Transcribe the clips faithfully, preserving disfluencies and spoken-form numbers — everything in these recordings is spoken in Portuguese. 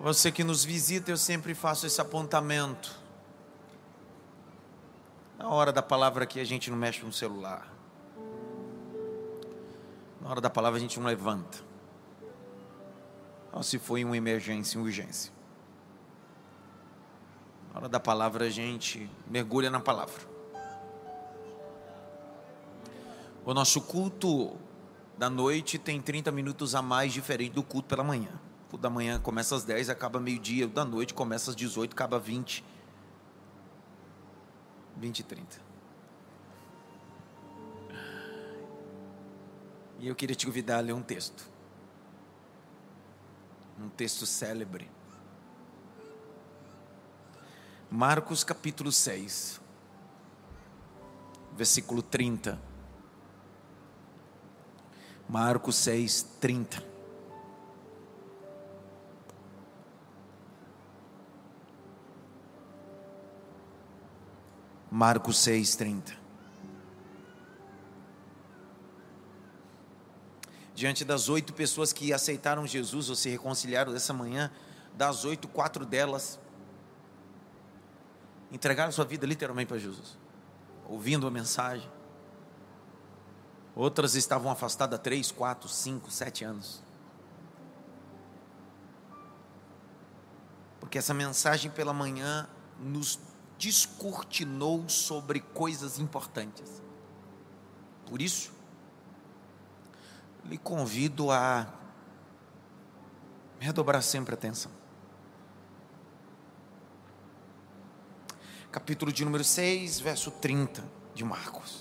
Você que nos visita, eu sempre faço esse apontamento. Na hora da palavra aqui a gente não mexe no celular. Na hora da palavra a gente não levanta. Só se for em uma emergência, em urgência. Na hora da palavra a gente mergulha na palavra. O nosso culto da noite tem trinta minutos a mais diferente do culto pela manhã. O culto da manhã começa às dez, acaba meio-dia. O da noite começa às dezoito, acaba vinte. vinte e trinta. E eu queria te convidar a ler um texto. Um texto célebre. Marcos capítulo seis, versículo trinta. Marcos seis, trinta. Marcos seis, trinta. Diante das oito pessoas que aceitaram Jesus ou se reconciliaram dessa manhã, das oito, quatro delas entregaram sua vida literalmente para Jesus, ouvindo a mensagem. Outras estavam afastadas há três, quatro, cinco, sete anos. Porque essa mensagem pela manhã nos descortinou sobre coisas importantes. Por isso, lhe convido a redobrar sempre a atenção. Capítulo de número seis, verso trinta de Marcos.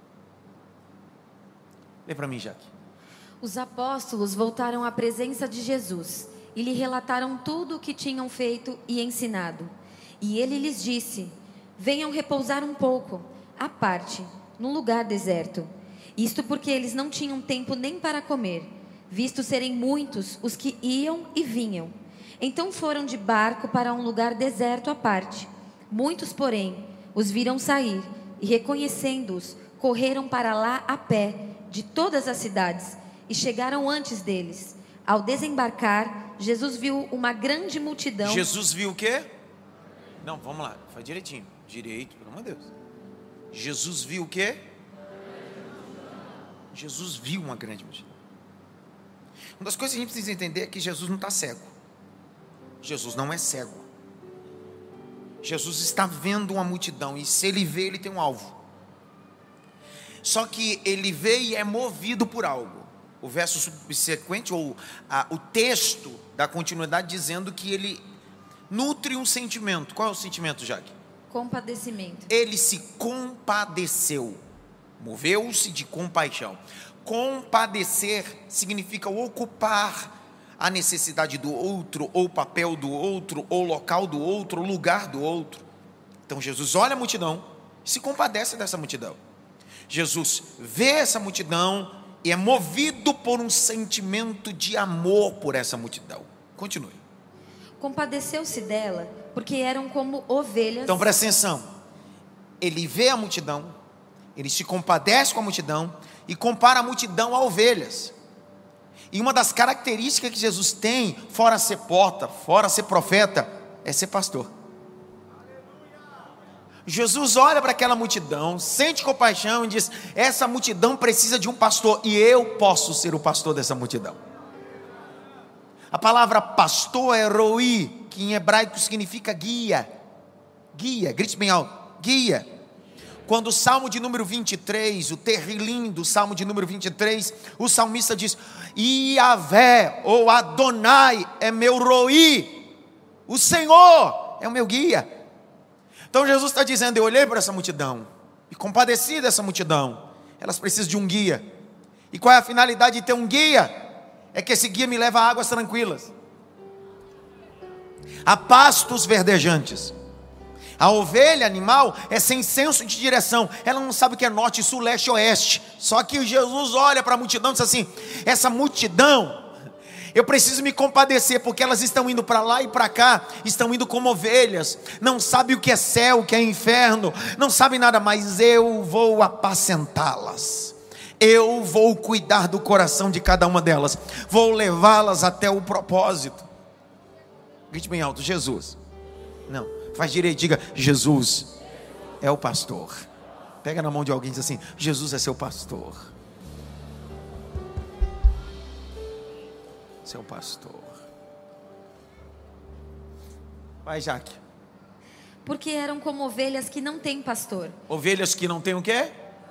Lê para mim, Jaque. Os apóstolos voltaram à presença de Jesus e lhe relataram tudo o que tinham feito e ensinado. E ele lhes disse: venham repousar um pouco, à parte, num lugar deserto. Isto porque eles não tinham tempo nem para comer, visto serem muitos os que iam e vinham. Então foram de barco para um lugar deserto à parte. Muitos, porém, os viram sair e, reconhecendo-os, correram para lá a pé, de todas as cidades, e chegaram antes deles. Ao desembarcar, Jesus viu uma grande multidão. Jesus viu o quê? Não, vamos lá, faz direitinho. Direito, pelo amor de Deus. Jesus viu o quê? Jesus viu uma grande multidão. Uma das coisas que a gente precisa entender é que Jesus não está cego. Jesus não é cego. Jesus está vendo uma multidão, e se ele vê, ele tem um alvo. Só que ele vê e é movido por algo. O verso subsequente, ou a, o texto da continuidade, dizendo que ele nutre um sentimento. Qual é o sentimento, Jaque? Compadecimento. Ele se compadeceu, moveu-se de compaixão. Compadecer significa ocupar a necessidade do outro, ou o papel do outro, ou o local do outro, o lugar do outro. Então Jesus olha a multidão e se compadece dessa multidão. Jesus vê essa multidão e é movido por um sentimento de amor por essa multidão. Continue. Compadeceu-se dela, porque eram como ovelhas. Então presta atenção. Ele vê a multidão, ele se compadece com a multidão e compara a multidão a ovelhas. E uma das características que Jesus tem, fora ser porta, fora ser profeta, é ser pastor. Jesus olha para aquela multidão, sente compaixão e diz: essa multidão precisa de um pastor, e eu posso ser o pastor dessa multidão. A palavra pastor é roi, que em hebraico significa guia. Guia, grite bem alto, guia. Quando o Salmo de número vinte e três, o terrilim do Salmo de número vinte e três, o salmista diz: Iavé, ou Adonai, é meu roi, o Senhor é o meu guia. Então Jesus está dizendo: eu olhei para essa multidão e compadeci dessa multidão, elas precisam de um guia. E qual é a finalidade de ter um guia? É que esse guia me leva a águas tranquilas, a pastos verdejantes. A ovelha animal é sem senso de direção, ela não sabe o que é norte, sul, leste, oeste. Só que Jesus olha para a multidão e diz assim: essa multidão, eu preciso me compadecer, porque elas estão indo para lá e para cá, estão indo como ovelhas, não sabem o que é céu, o que é inferno, não sabem nada, mas eu vou apacentá-las, eu vou cuidar do coração de cada uma delas, vou levá-las até o propósito. Grite bem alto, Jesus. Não, faz direito, diga, Jesus é o pastor. Pega na mão de alguém e diz assim, Jesus é seu pastor. Seu pastor. Vai, Jaque. Porque eram como ovelhas que não têm pastor. Ovelhas que não têm o quê?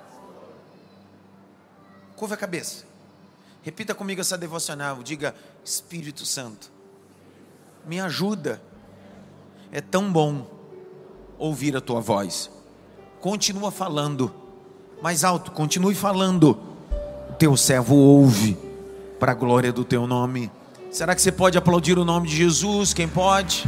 Curva a cabeça. Repita comigo essa devocional. Diga, Espírito Santo, me ajuda. É tão bom ouvir a tua voz. Continua falando. Mais alto, continue falando. O teu servo ouve, para a glória do teu nome. Será que você pode aplaudir o nome de Jesus? Quem pode?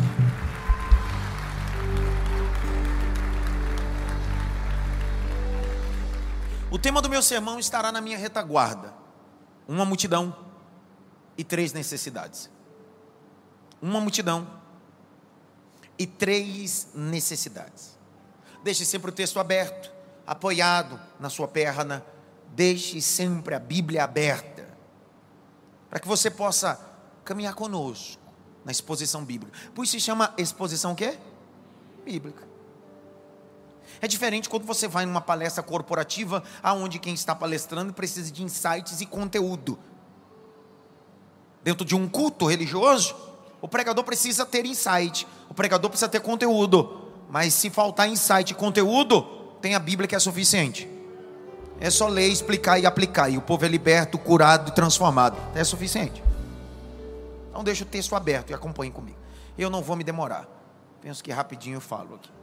O tema do meu sermão estará na minha retaguarda. Uma multidão e três necessidades. Uma multidão e três necessidades. Deixe sempre o texto aberto, apoiado na sua perna. Deixe sempre a Bíblia aberta, para que você possa caminhar conosco na exposição bíblica. Por isso se chama exposição o quê? Bíblica. É diferente quando você vai numa palestra corporativa, aonde quem está palestrando precisa de insights e conteúdo. Dentro de um culto religioso, o pregador precisa ter insight, o pregador precisa ter conteúdo. Mas se faltar insight e conteúdo, tem a Bíblia que é suficiente. É só ler, explicar e aplicar, e o povo é liberto, curado, transformado. É suficiente. Então deixa o texto aberto e acompanhe comigo. Eu não vou me demorar. Penso que rapidinho eu falo aqui.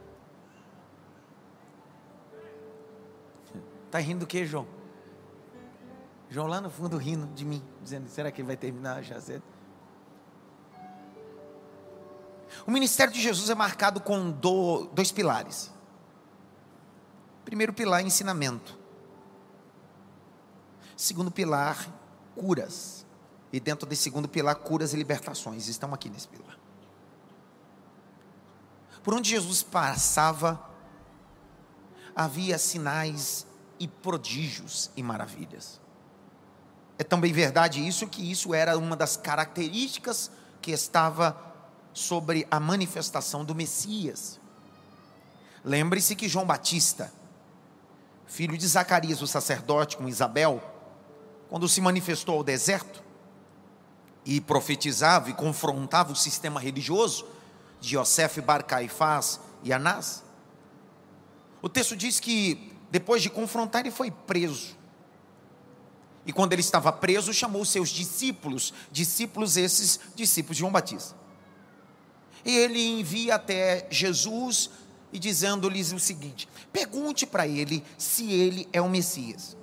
Está rindo do que, João? João lá no fundo rindo de mim, dizendo, será que ele vai terminar já cedo? O ministério de Jesus é marcado com do, dois pilares. Primeiro pilar, ensinamento. Segundo pilar, curas. E dentro desse segundo pilar, curas e libertações. Estão aqui nesse pilar. Por onde Jesus passava, havia sinais e prodígios e maravilhas. É também verdade isso, que isso era uma das características que estava sobre a manifestação do Messias. Lembre-se que João Batista, filho de Zacarias, o sacerdote, com Isabel, quando se manifestou ao deserto e profetizava e confrontava o sistema religioso de Yosef Bar Caifás e Anás, o texto diz que depois de confrontar, ele foi preso. E quando ele estava preso, chamou seus discípulos, discípulos esses, discípulos de João Batista. E ele envia até Jesus e dizendo-lhes o seguinte: pergunte para ele se ele é o Messias.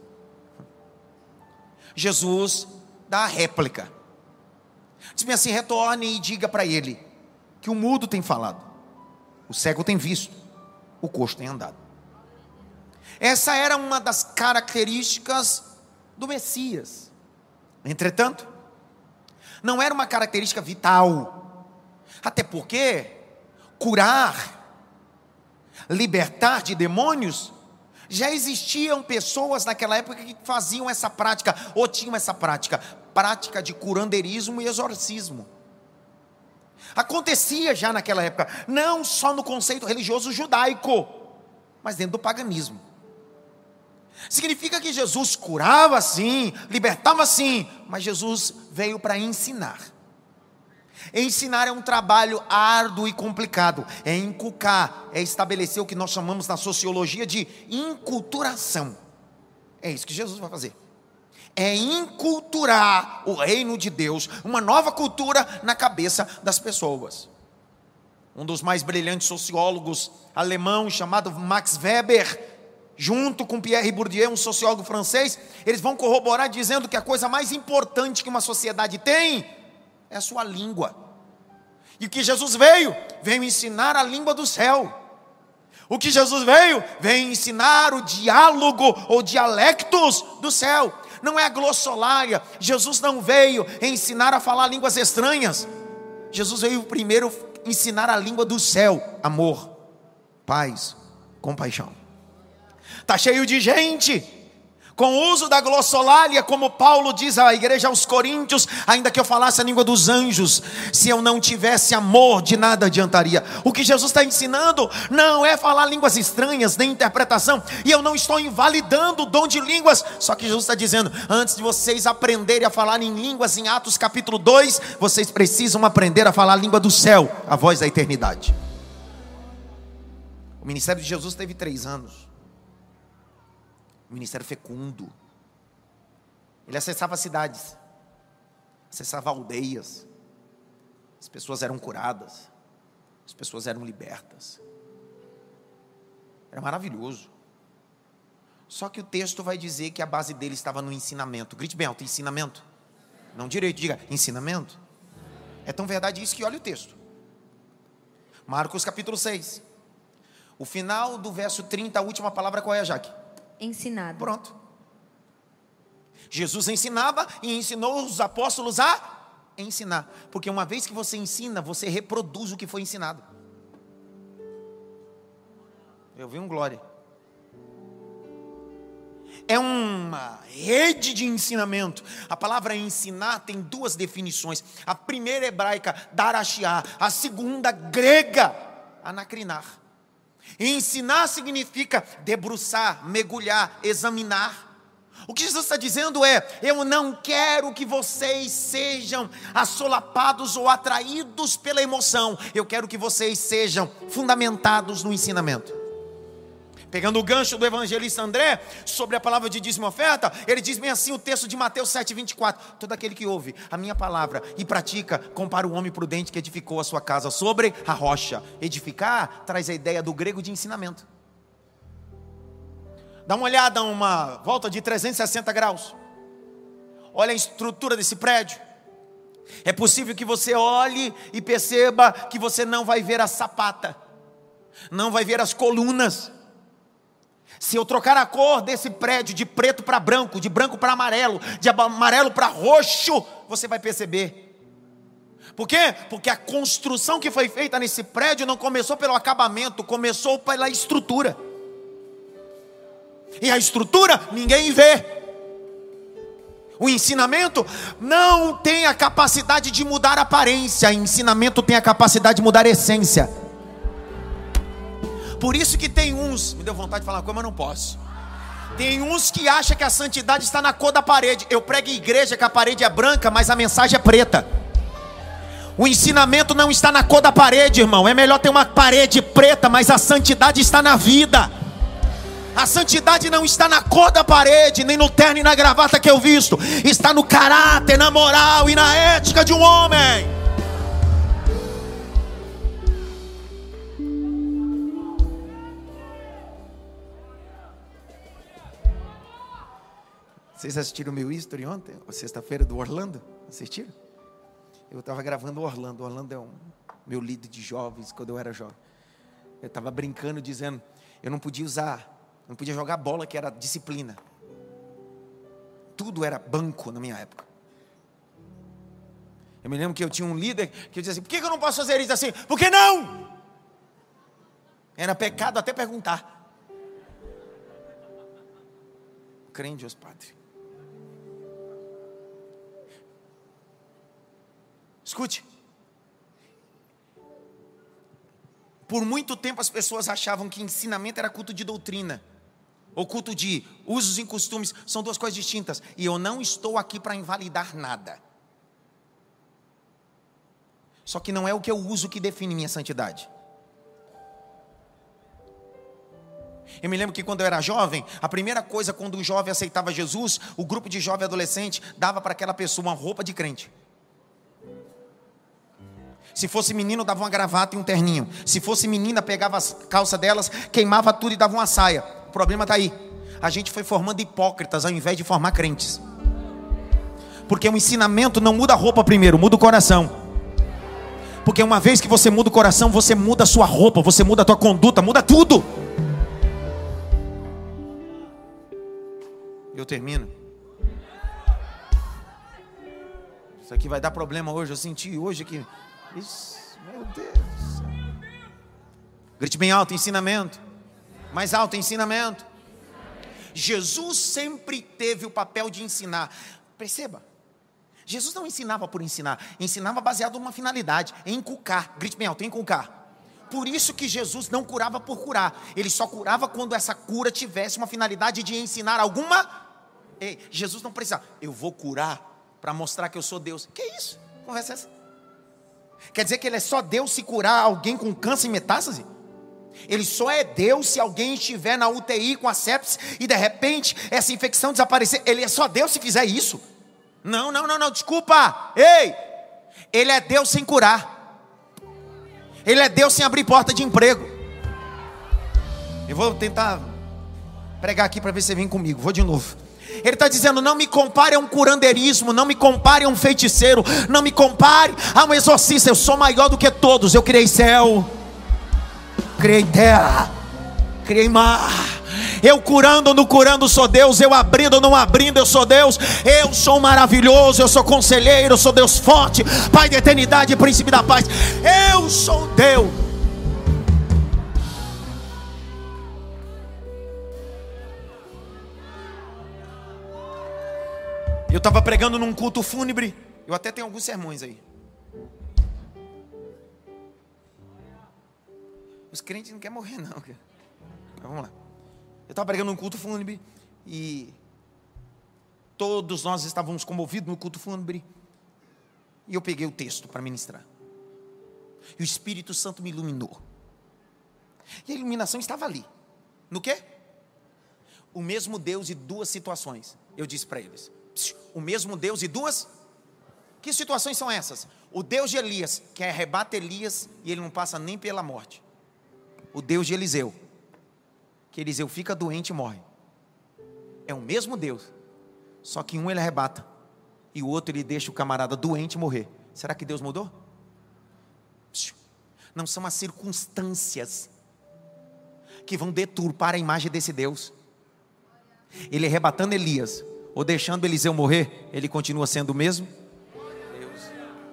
Jesus dá a réplica. Diz-me assim, retorne e diga para ele que o mudo tem falado, o cego tem visto, o coxo tem andado. Essa era uma das características do Messias. Entretanto, não era uma característica vital. Até porque curar, libertar de demônios, já existiam pessoas naquela época que faziam essa prática, ou tinham essa prática, prática de curandeirismo e exorcismo. Acontecia já naquela época, não só no conceito religioso judaico, mas dentro do paganismo. Significa que Jesus curava sim, libertava sim, mas Jesus veio para ensinar. Ensinar é um trabalho árduo e complicado, é inculcar, é estabelecer o que nós chamamos na sociologia de inculturação. É isso que Jesus vai fazer, é inculturar o reino de Deus, uma nova cultura na cabeça das pessoas. Um dos mais brilhantes sociólogos alemãos, chamado Max Weber, junto com Pierre Bourdieu, um sociólogo francês, eles vão corroborar dizendo que a coisa mais importante que uma sociedade tem é a sua língua. E o que Jesus veio? Veio ensinar a língua do céu. O que Jesus veio? Veio ensinar o diálogo ou dialectos do céu. Não é a glossolária. Jesus não veio ensinar a falar línguas estranhas. Jesus veio primeiro ensinar a língua do céu. Amor, paz, compaixão. Está cheio de gente Com o uso da glossolalia, como Paulo diz à igreja aos Coríntios: ainda que eu falasse a língua dos anjos, se eu não tivesse amor, de nada adiantaria. O que Jesus está ensinando não é falar línguas estranhas, nem interpretação. E eu não estou invalidando o dom de línguas. Só que Jesus está dizendo: antes de vocês aprenderem a falar em línguas, em Atos capítulo dois, vocês precisam aprender a falar a língua do céu, a voz da eternidade. O ministério de Jesus teve três anos. Um ministério fecundo. Ele acessava cidades, acessava aldeias. As pessoas eram curadas, as pessoas eram libertas. Era maravilhoso. Só que o texto vai dizer que a base dele estava no ensinamento. Grite bem alto: ensinamento. Não direito, diga ensinamento. É tão verdade isso que olha o texto. Marcos capítulo seis. O final do verso trinta, a última palavra qual é, Jaque? Ensinado. Pronto. Jesus ensinava e ensinou os apóstolos a ensinar. Porque uma vez que você ensina, você reproduz o que foi ensinado. Eu vi um glória. É uma rede de ensinamento. A palavra ensinar tem duas definições. A primeira hebraica, darashiá. A segunda grega, anacrinar. Ensinar significa debruçar, mergulhar, examinar. O que Jesus está dizendo é: eu não quero que vocês sejam assolapados ou atraídos pela emoção. Eu quero que vocês sejam fundamentados no ensinamento. Pegando o gancho do evangelista André, sobre a palavra de dízimo e oferta, ele diz bem assim, o texto de Mateus sete, vinte e quatro: todo aquele que ouve a minha palavra e pratica, compara o homem prudente que edificou a sua casa sobre a rocha. Edificar traz a ideia do grego de ensinamento. Dá uma olhada, uma volta de trezentos e sessenta graus. Olha a estrutura desse prédio. É possível que você olhe e perceba que você não vai ver a sapata, não vai ver as colunas. Se eu trocar a cor desse prédio de preto para branco, de branco para amarelo, de amarelo para roxo, você vai perceber. Por quê? Porque a construção que foi feita nesse prédio não começou pelo acabamento, começou pela estrutura. E a estrutura ninguém vê. O ensinamento não tem a capacidade de mudar a aparência, o ensinamento tem a capacidade de mudar a essência. Por isso que tem uns, me deu vontade de falar uma coisa, mas não posso. Tem uns que acham que a santidade está na cor da parede. Eu prego em igreja que a parede é branca, mas a mensagem é preta. O ensinamento não está na cor da parede, irmão. É melhor ter uma parede preta, mas a santidade está na vida. A santidade não está na cor da parede, nem no terno e na gravata que eu visto. Está no caráter, na moral e na ética de um homem. Vocês assistiram o meu history ontem? Ou sexta-feira do Orlando? Assistiram? Eu estava gravando o Orlando. O Orlando é um meu líder de jovens quando eu era jovem. Eu estava brincando, dizendo, eu não podia usar, não podia jogar bola, que era disciplina. Tudo era banco na minha época. Eu me lembro que eu tinha um líder que eu dizia assim: por que eu não posso fazer isso assim? Por que não? Era pecado até perguntar. Crê em Deus, Padre. Escute. Por muito tempo as pessoas achavam que ensinamento era culto de doutrina, ou culto de usos e costumes. São duas coisas distintas. E eu não estou aqui para invalidar nada. Só que não é o que eu uso que define minha santidade. Eu me lembro que quando eu era jovem, a primeira coisa, quando um jovem aceitava Jesus, o grupo de jovem adolescente dava para aquela pessoa uma roupa de crente. Se fosse menino, dava uma gravata e um terninho. Se fosse menina, pegava as calças delas, queimava tudo e dava uma saia. O problema está aí. A gente foi formando hipócritas ao invés de formar crentes. Porque o ensinamento não muda a roupa primeiro, muda o coração. Porque uma vez que você muda o coração, você muda a sua roupa, você muda a tua conduta, muda tudo. Eu termino. Isso aqui vai dar problema hoje. Eu senti hoje que... Isso, meu Deus. Grite bem alto, ensinamento. Mais alto, ensinamento. Jesus sempre teve o papel de ensinar. Perceba, Jesus não ensinava por ensinar, ensinava baseado numa finalidade, em inculcar. Grite bem alto, em inculcar. Por isso que Jesus não curava por curar, ele só curava quando essa cura tivesse uma finalidade de ensinar alguma. Ei, Jesus não precisava, eu vou curar para mostrar que eu sou Deus. Que isso? Conversa essa? Quer dizer que ele é só Deus se curar alguém com câncer e metástase? Ele só é Deus se alguém estiver na U T I com a sepsis e de repente essa infecção desaparecer. Ele é só Deus se fizer isso? Não, não, não, não, desculpa. Ei, ele é Deus sem curar. Ele é Deus sem abrir porta de emprego. Eu vou tentar pregar aqui para ver se você vem comigo. Vou de novo. Ele está dizendo, não me compare a um curandeirismo, não me compare a um feiticeiro, não me compare a um exorcista. Eu sou maior do que todos. Eu criei céu, criei terra, criei mar. Eu curando ou não curando sou Deus, eu abrindo ou não abrindo eu sou Deus. Eu sou maravilhoso, eu sou conselheiro, eu sou Deus forte, Pai da eternidade, príncipe da paz. Eu sou Deus. Eu estava pregando num culto fúnebre. Eu até tenho alguns sermões aí. Os crentes não querem morrer não. Mas vamos lá. Eu estava pregando num culto fúnebre. E todos nós estávamos comovidos no culto fúnebre. E eu peguei o texto para ministrar. E o Espírito Santo me iluminou. E a iluminação estava ali. No quê? O mesmo Deus e duas situações. Eu disse para eles. O mesmo Deus e duas. Que situações são essas? O Deus de Elias, que arrebata Elias e ele não passa nem pela morte. O Deus de Eliseu, que Eliseu fica doente e morre. É o mesmo Deus, só que um ele arrebata e o outro ele deixa o camarada doente morrer. Será que Deus mudou? Não são as circunstâncias que vão deturpar a imagem desse Deus. Ele arrebatando Elias ou deixando Eliseu morrer, ele continua sendo o mesmo Deus.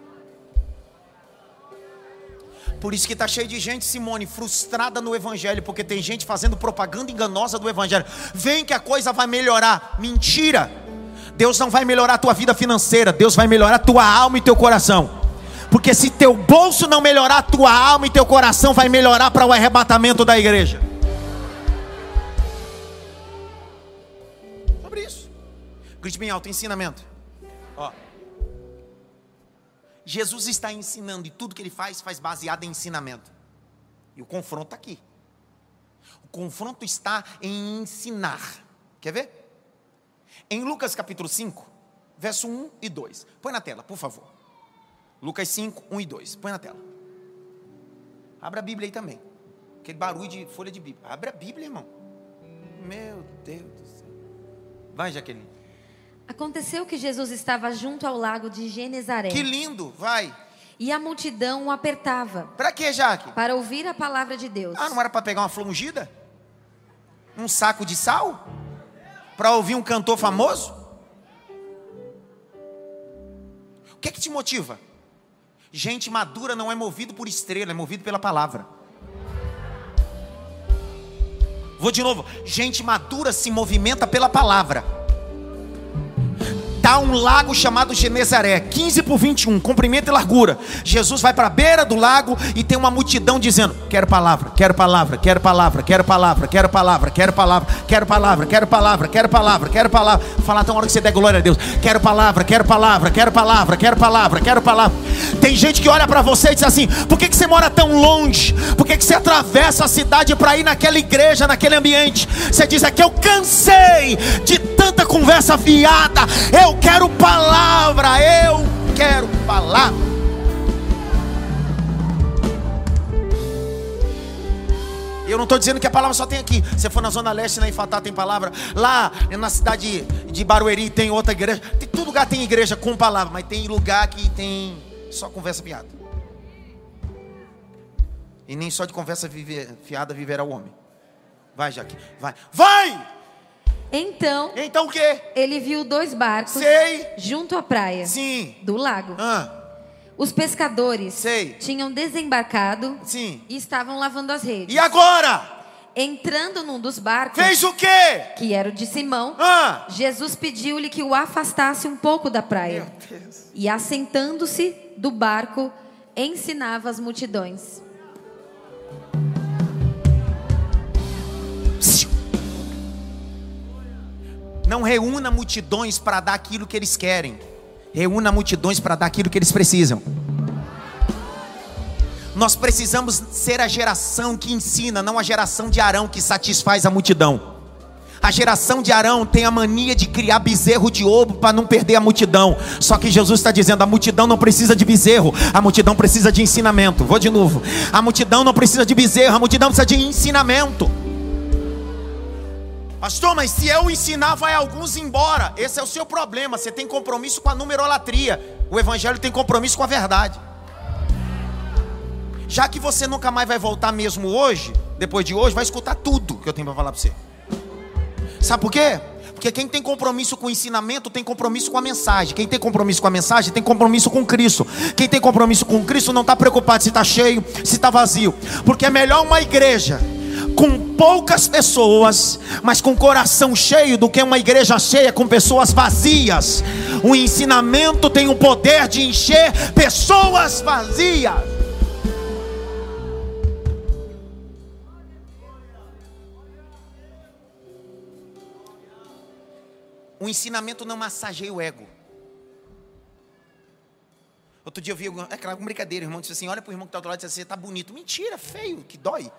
Por isso que está cheio de gente, Simone, frustrada no Evangelho, porque tem gente fazendo propaganda enganosa do Evangelho. Vem que a coisa vai melhorar. Mentira. Deus não vai melhorar a tua vida financeira, Deus vai melhorar a tua alma e teu coração. Porque se teu bolso não melhorar, a tua alma e teu coração vai melhorar para o arrebatamento da igreja. Sobre isso. Grite bem alto, ensinamento. Ó. Jesus está ensinando e tudo que ele faz, faz baseado em ensinamento. E o confronto está aqui. O confronto está em ensinar. Quer ver? Em Lucas capítulo cinco, verso um e dois. Põe na tela, por favor. Lucas cinco, um e dois. Põe na tela. Abra a Bíblia aí também. Aquele barulho de folha de Bíblia. Abra a Bíblia, irmão. Meu Deus do céu. Vai, Jaqueline. Aconteceu que Jesus estava junto ao lago de Genezaré. Que lindo, vai. E a multidão o apertava. Para quê, Jaque? Para ouvir a palavra de Deus. Ah, não era para pegar uma flor ungida? Um saco de sal? Para ouvir um cantor famoso? O que é que te motiva? Gente madura não é movido por estrela, é movido pela palavra. Vou de novo. Gente madura se movimenta pela palavra. Há um lago chamado Genezaré, quinze por vinte e um, comprimento e largura. Jesus vai para a beira do lago e tem uma multidão dizendo: quero palavra, quero palavra, quero palavra, quero palavra, quero palavra, quero palavra, quero palavra, quero palavra, quero palavra, quero palavra. Fala até uma hora que você der glória a Deus. Quero palavra, quero palavra, quero palavra, quero palavra, quero palavra. Tem gente que olha para você e diz assim: por que, que você mora tão longe? Por que, que você atravessa a cidade para ir naquela igreja, naquele ambiente? Você diz: é que eu cansei de tanta conversa fiada. Eu quero palavra, eu quero palavra. Eu não estou dizendo que a palavra só tem aqui. Se for na Zona Leste, na Ifatá tem palavra. Lá na cidade de Barueri tem outra igreja. Tem, todo lugar tem igreja com palavra, mas tem lugar que tem só conversa fiada. E nem só de conversa vive, fiada viverá o homem. Vai, Jaque, vai, vai! Então, então o quê? Ele viu dois barcos. Sei. Junto à praia. Sim. Do lago. Ah. Os pescadores Sei. tinham desembarcado. Sim. E estavam lavando as redes. E agora? Entrando num dos barcos, fez o quê? que era o de Simão, Ah. Jesus pediu-lhe que o afastasse um pouco da praia. Meu Deus. E assentando-se do barco, ensinava as multidões. Não reúna multidões para dar aquilo que eles querem. Reúna multidões para dar aquilo que eles precisam. Nós precisamos ser a geração que ensina, não a geração de Arão que satisfaz a multidão. A geração de Arão tem a mania de criar bezerro de ouro para não perder a multidão. Só que Jesus está dizendo, a multidão não precisa de bezerro, a multidão precisa de ensinamento. Vou de novo. A multidão não precisa de bezerro, a multidão precisa de ensinamento. Pastor, mas se eu ensinar, vai alguns embora. Esse é o seu problema. Você tem compromisso com a numerolatria. O evangelho tem compromisso com a verdade. Já que você nunca mais vai voltar mesmo hoje, depois de hoje, vai escutar tudo que eu tenho para falar para você. Sabe por quê? Porque quem tem compromisso com o ensinamento tem compromisso com a mensagem. Quem tem compromisso com a mensagem tem compromisso com Cristo. Quem tem compromisso com Cristo não está preocupado se está cheio, se está vazio. Porque é melhor uma igreja com poucas pessoas, mas com coração cheio, do que uma igreja cheia com pessoas vazias. O ensinamento tem o poder de encher pessoas vazias. O ensinamento não massageia o ego. Outro dia eu vi, é aquela brincadeira, o irmão disse assim, olha para o irmão que está do outro lado e disse assim, você está bonito. Mentira, feio, que dói.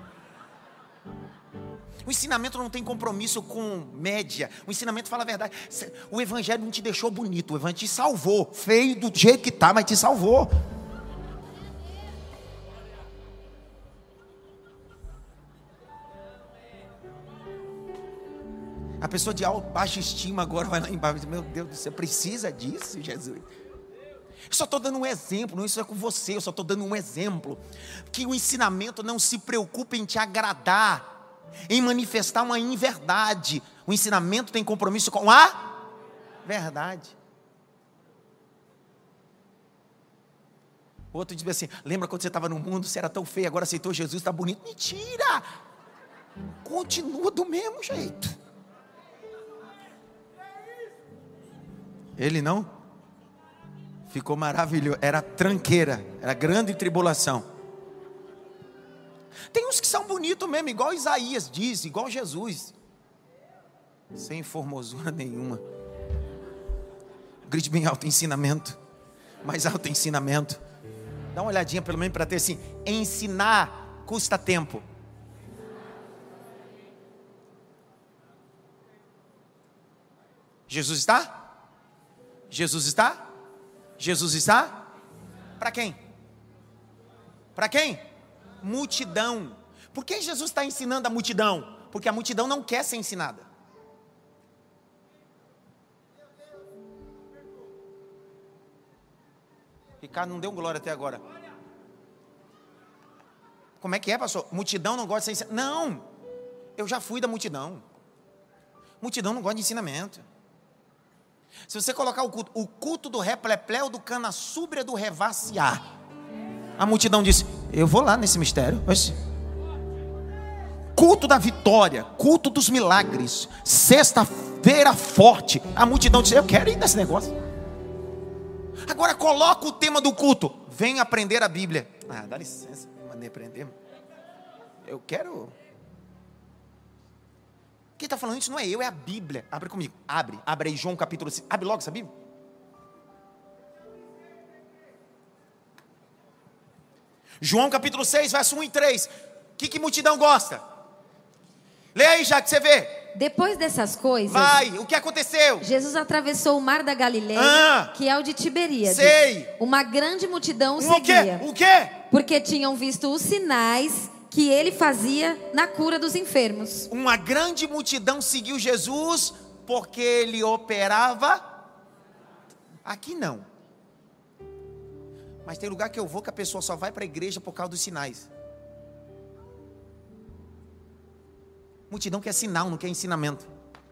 O ensinamento não tem compromisso com média. O ensinamento fala a verdade. O evangelho não te deixou bonito, o evangelho te salvou. Feio do jeito que está, mas te salvou. A pessoa de alta, baixa estima agora vai lá embaixo e diz, meu Deus, você precisa disso, Jesus? Eu só estou dando um exemplo, não isso é com você, eu só estou dando um exemplo. Que o ensinamento não se preocupa em te agradar, em manifestar uma inverdade. O ensinamento tem compromisso com a verdade. O outro diz assim, lembra quando você estava no mundo, você era tão feio, agora aceitou Jesus, está bonito. Mentira! Continua do mesmo jeito. Ele não ficou maravilhoso, era tranqueira, era grande tribulação. Tem uns que são bonitos mesmo, igual Isaías diz, igual Jesus, sem formosura nenhuma. Grite bem alto, ensinamento, mais alto ensinamento. Dá uma olhadinha pelo menos para ter assim, ensinar custa tempo. Jesus está? Jesus está? Jesus está? Para quem? Para quem? Multidão. Por que Jesus está ensinando a multidão? Porque a multidão não quer ser ensinada. Ricardo não deu glória até agora. Como é que é, pastor? Multidão não gosta de ser ensinada. Não, eu já fui da multidão. Multidão não gosta de ensinamento. Se você colocar o culto, o culto do replepleu, do cana-súbria, do revaciar, a multidão disse, eu vou lá nesse mistério. Culto da vitória, culto dos milagres, sexta-feira forte, a multidão disse, eu quero ir nesse negócio. Agora coloca o tema do culto, vem aprender a Bíblia. Ah, dá licença, me mandei aprender. Eu quero... Quem está falando isso não é eu, é a Bíblia. Abre comigo, abre, abre aí João capítulo cinco. Abre logo essa Bíblia. João capítulo seis, verso um e três. O que, que multidão gosta? Lê aí já que você vê. Depois dessas coisas, vai, o que aconteceu? Jesus atravessou o mar da Galileia, ah, que é o de Tiberíades. Sei. Uma grande multidão o um seguia. O quê? O quê? Porque tinham visto os sinais que ele fazia na cura dos enfermos. Uma grande multidão seguiu Jesus porque ele operava. Aqui não. Mas tem lugar que eu vou que a pessoa só vai para a igreja por causa dos sinais. Multidão quer sinal, não quer ensinamento.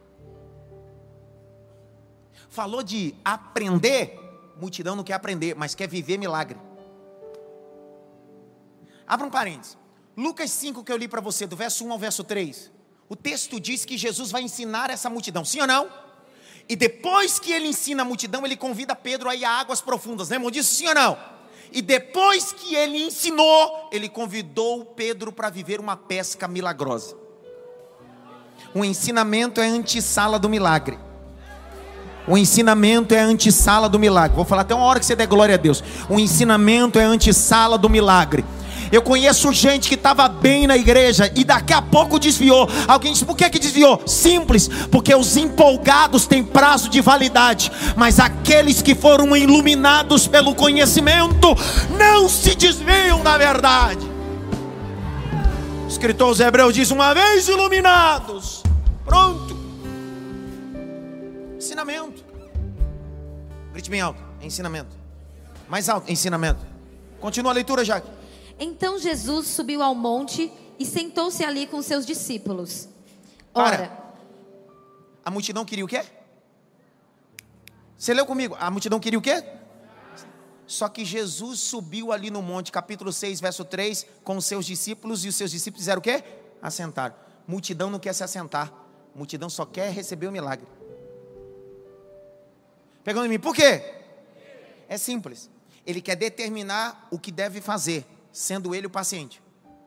Falou de aprender, multidão não quer aprender, mas quer viver milagre. Abra um parênteses. Lucas cinco que eu li para você, do verso um ao verso três, o texto diz que Jesus vai ensinar essa multidão, sim ou não? E depois que ele ensina a multidão, ele convida Pedro a ir a águas profundas, lembram disso, sim ou não? E depois que ele ensinou, ele convidou Pedro para viver uma pesca milagrosa. O ensinamento é antessala do milagre. O ensinamento é antessala do milagre. Vou falar até uma hora que você der glória a Deus. O ensinamento é antessala do milagre. Eu conheço gente que estava bem na igreja e daqui a pouco desviou. Alguém disse, por que que desviou? Simples, porque os empolgados têm prazo de validade, mas aqueles que foram iluminados pelo conhecimento não se desviam da verdade. O escritor aos Hebreus diz, uma vez iluminados, pronto. Ensinamento. Grite bem alto, é ensinamento. Mais alto, ensinamento. Continua a leitura, Jaque. Então Jesus subiu ao monte e sentou-se ali com seus discípulos. Ora, Para. A multidão queria o quê? Você leu comigo? A multidão queria o quê? Só que Jesus subiu ali no monte, capítulo seis, verso três, com os seus discípulos, e os seus discípulos fizeram o quê? Assentaram. Multidão não quer se assentar. Multidão só quer receber o milagre. Pegando em mim, por quê? É simples. Ele quer determinar o que deve fazer, sendo ele o paciente.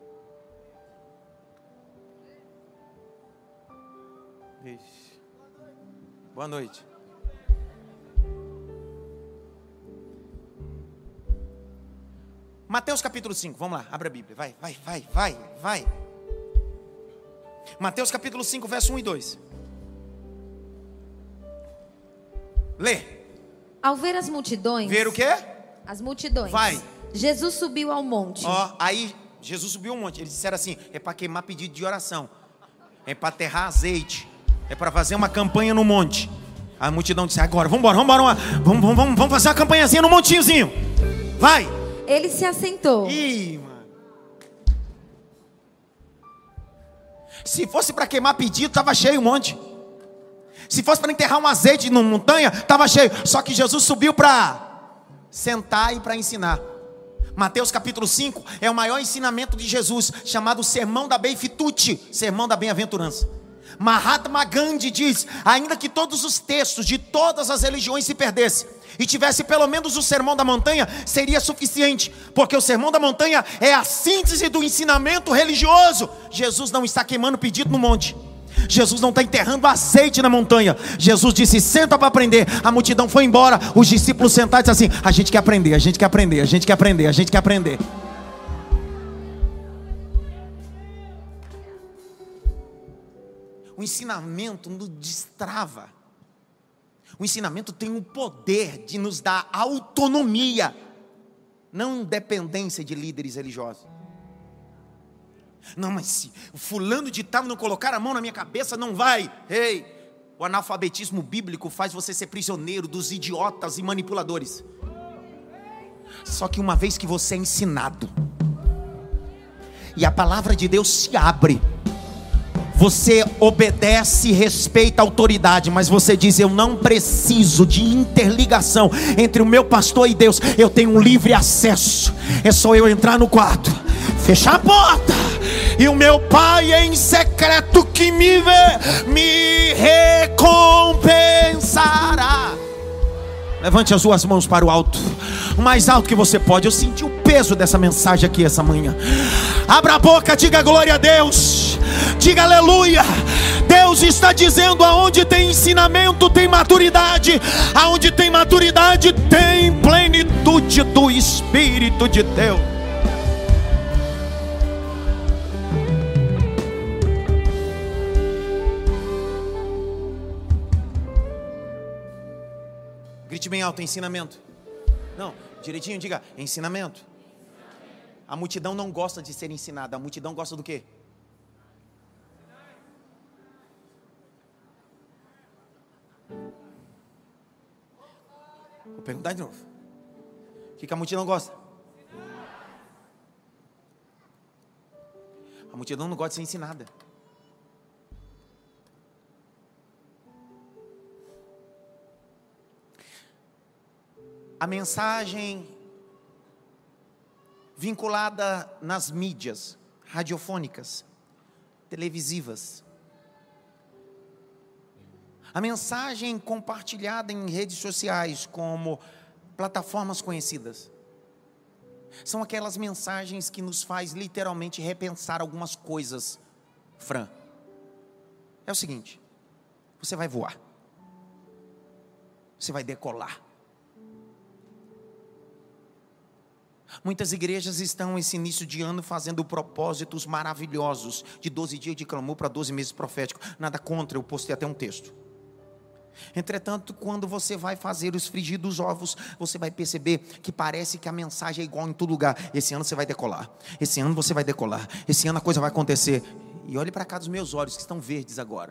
Ixi. Boa noite. Mateus capítulo cinco, vamos lá, abre a Bíblia, vai, vai, vai, vai, vai. Mateus capítulo cinco, verso um e dois. Lê. Ao ver as multidões... Ver o quê? As multidões. Vai. Jesus subiu ao monte. Ó, aí Jesus subiu ao monte. Eles disseram assim, é para queimar pedido de oração, é para aterrar azeite, é para fazer uma campanha no monte. A multidão disse, agora, vamos embora, vamos embora, vamos, vamos, vamos, vamos fazer uma campanhazinha no montinhozinho. Vai. Ele se assentou. Ih, mano. Se fosse para queimar pedido, estava cheio o monte. Se fosse para enterrar um azeite na montanha, estava cheio. Só que Jesus subiu para sentar e para ensinar. Mateus capítulo cinco é o maior ensinamento de Jesus, chamado Sermão da Beatitude, Sermão da Bem-aventurança. Mahatma Gandhi diz, ainda que todos os textos de todas as religiões se perdessem e tivesse pelo menos o Sermão da Montanha, seria suficiente, porque o Sermão da Montanha é a síntese do ensinamento religioso. Jesus não está queimando pedido no monte, Jesus não está enterrando azeite na montanha. Jesus disse, senta para aprender. A multidão foi embora, os discípulos sentados assim, a gente quer aprender, a gente quer aprender, a gente quer aprender, a gente quer aprender. O ensinamento nos destrava. O ensinamento tem o poder de nos dar autonomia, não dependência de líderes religiosos. Não, mas se o fulano de tal não colocar a mão na minha cabeça, não vai. Ei, o analfabetismo bíblico faz você ser prisioneiro dos idiotas e manipuladores. Só que uma vez que você é ensinado e a palavra de Deus se abre, você obedece e respeita a autoridade, mas você diz, eu não preciso de interligação entre o meu pastor e Deus, eu tenho um livre acesso, é só eu entrar no quarto, fechar a porta, e o meu Pai em secreto que me vê, me recompensará. Levante as suas mãos para o alto, o mais alto que você pode. Eu senti o peso dessa mensagem aqui essa manhã. Abra a boca, diga glória a Deus, diga aleluia. Deus está dizendo, aonde tem ensinamento tem maturidade, aonde tem maturidade tem plenitude do Espírito de Deus. Grite bem alto, ensinamento. Não, direitinho, diga, ensinamento. A multidão não gosta de ser ensinada, a multidão gosta do quê? Vou perguntar de novo. O que, que a multidão gosta? A multidão não gosta de ser ensinada. A mensagem vinculada nas mídias, radiofônicas, televisivas. A mensagem compartilhada em redes sociais como plataformas conhecidas. São aquelas mensagens que nos faz literalmente repensar algumas coisas. Fran, é o seguinte: você vai voar, você vai decolar. Muitas igrejas estão esse início de ano fazendo propósitos maravilhosos, de doze dias de clamor para doze meses proféticos. Nada contra, eu postei até um texto. Entretanto, quando você vai fazer os frigir dos ovos, você vai perceber que parece que a mensagem é igual em todo lugar. Esse ano você vai decolar, esse ano você vai decolar, esse ano a coisa vai acontecer. E olhe para cá dos meus olhos que estão verdes agora.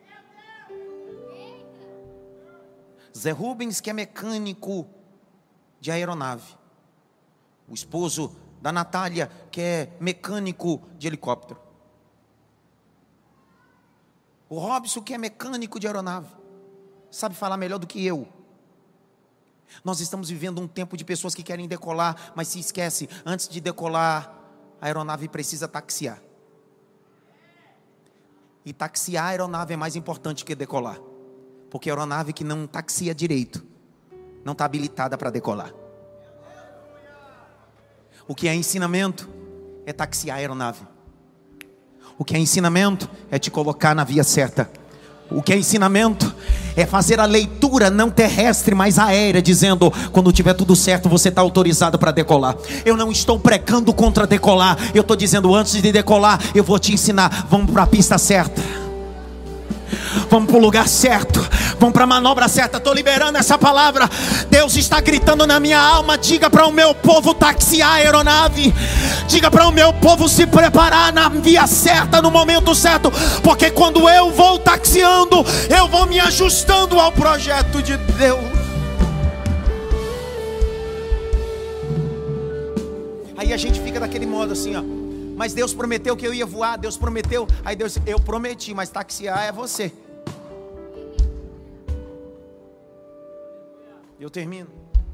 Zé Rubens, que é mecânico de aeronave. O esposo da Natália, que é mecânico de helicóptero. O Robson, que é mecânico de aeronave, sabe falar melhor do que eu. Nós estamos vivendo um tempo de pessoas que querem decolar, mas se esquece, antes de decolar, a aeronave precisa taxiar. E taxiar a aeronave é mais importante que decolar, porque a aeronave que não taxia direito não está habilitada para decolar. O que é ensinamento é taxiar a aeronave. O que é ensinamento é te colocar na via certa. O que é ensinamento é fazer a leitura não terrestre, mas aérea, dizendo: quando tiver tudo certo, você está autorizado para decolar. Eu não estou pregando contra decolar, eu estou dizendo: antes de decolar, eu vou te ensinar. Vamos para a pista certa, vamos para o lugar certo, vamos para a manobra certa. Estou liberando essa palavra. Deus está gritando na minha alma: diga para o meu povo taxiar a aeronave, diga para o meu povo se preparar na via certa, no momento certo, porque quando eu vou taxiando, eu vou me ajustando ao projeto de Deus. Aí a gente fica daquele modo assim, ó: mas Deus prometeu que eu ia voar, Deus prometeu. Aí Deus: eu prometi, mas taxiar é você. Eu termino.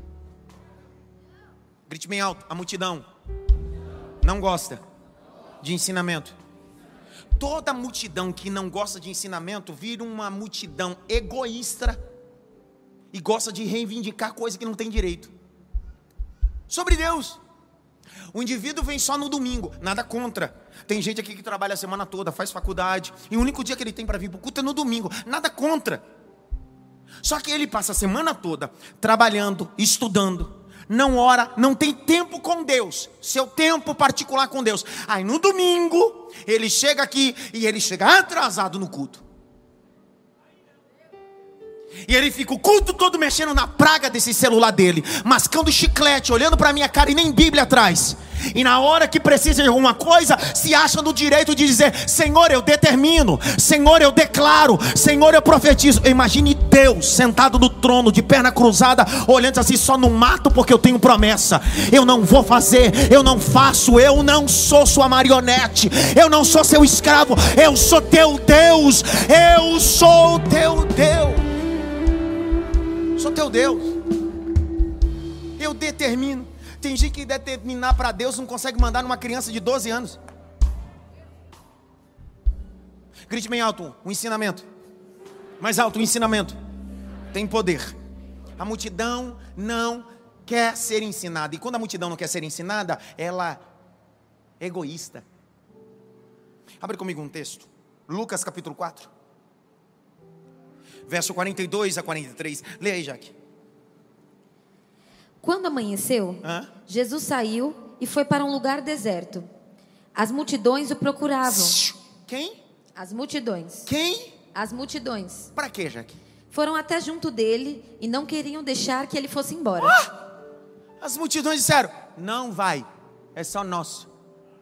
Grite bem alto: a multidão não gosta de ensinamento. Toda multidão que não gosta de ensinamento vira uma multidão egoísta e gosta de reivindicar coisa que não tem direito sobre Deus. O indivíduo vem só no domingo, nada contra. Tem gente aqui que trabalha a semana toda, faz faculdade, e o único dia que ele tem para vir para o culto é no domingo, nada contra. Só que ele passa a semana toda trabalhando, estudando, não ora, não tem tempo com Deus, seu tempo particular com Deus. Aí no domingo, ele chega aqui e ele chega atrasado no culto. E ele fica o culto todo mexendo na praga desse celular dele, mascando chiclete, olhando para minha cara e nem Bíblia atrás. E na hora que precisa de alguma coisa, se acha no direito de dizer: Senhor, eu determino, Senhor, eu declaro, Senhor, eu profetizo. Imagine Deus sentado no trono, de perna cruzada, olhando assim: só não mato porque eu tenho promessa. Eu não vou fazer, eu não faço, eu não sou sua marionete, eu não sou seu escravo, eu sou teu Deus, eu sou teu Deus. Sou teu Deus. Eu determino. Tem gente que determinar para Deus não consegue mandar numa criança de doze anos. Grite bem alto: o ensinamento. Mais alto: o ensinamento tem poder. A multidão não quer ser ensinada. E quando a multidão não quer ser ensinada, ela é egoísta. Abre comigo um texto. Lucas capítulo quatro. Verso quarenta e dois a quarenta e três. Leia aí, Jaque. Quando amanheceu, Hã? Jesus saiu e foi para um lugar deserto. As multidões o procuravam. Quem? As multidões. Quem? As multidões. Para quê, Jaque? Foram até junto dele e não queriam deixar que ele fosse embora. Ah! As multidões disseram: não vai, é só nosso.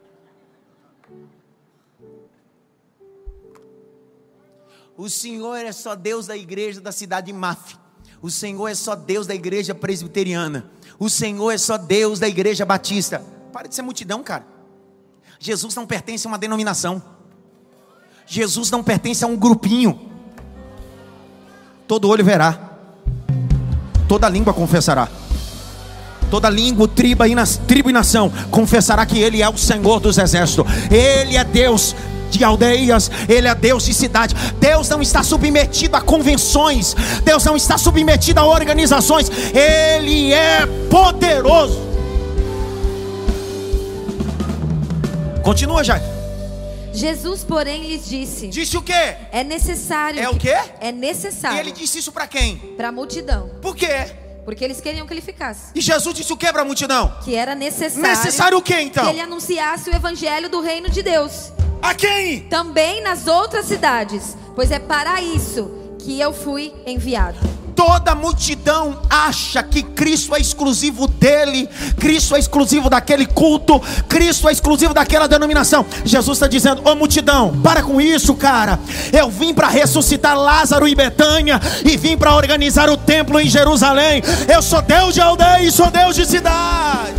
O Senhor é só Deus da igreja da cidade de Maf. O Senhor é só Deus da igreja presbiteriana. O Senhor é só Deus da igreja batista. Para de ser multidão, cara. Jesus não pertence a uma denominação. Jesus não pertence a um grupinho. Todo olho verá, toda língua confessará Toda língua, tribo e, nas, tribo e nação confessará que Ele é o Senhor dos exércitos. Ele é Deus de aldeias, Ele é Deus de cidade. Deus não está submetido a convenções, Deus não está submetido a organizações. Ele é poderoso. Continua, já. Jesus, porém, lhes disse: Disse o quê? É necessário. É o quê? É necessário. E Ele disse isso para quem? Para a multidão. Por quê? Porque eles queriam que ele ficasse. E Jesus disse o que para a multidão? Que era necessário. Necessário o quê então? Que ele anunciasse o evangelho do reino de Deus. A quem? Também nas outras cidades, pois é para isso que eu fui enviado. Toda a multidão acha que Cristo é exclusivo dele, Cristo é exclusivo daquele culto, Cristo é exclusivo daquela denominação. Jesus está dizendo: ô multidão, para com isso, cara. Eu vim para ressuscitar Lázaro em Betânia, e vim para organizar o templo em Jerusalém. Eu sou Deus de aldeia e sou Deus de cidade.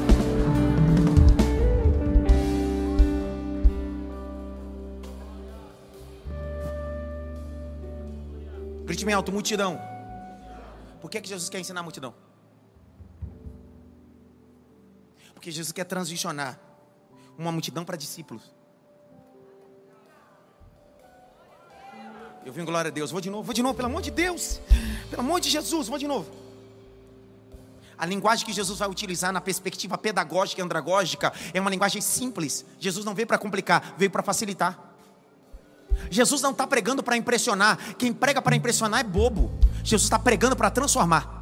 Grite bem alto: multidão. Por que, que Jesus quer ensinar a multidão? Porque Jesus quer transicionar uma multidão para discípulos. Eu vim, glória a Deus. Vou de novo, vou de novo, pelo amor de Deus. Pelo amor de Jesus, vou de novo. A linguagem que Jesus vai utilizar na perspectiva pedagógica e andragógica é uma linguagem simples. Jesus não veio para complicar, veio para facilitar. Jesus não está pregando para impressionar. Quem prega para impressionar é bobo. Jesus está pregando para transformar.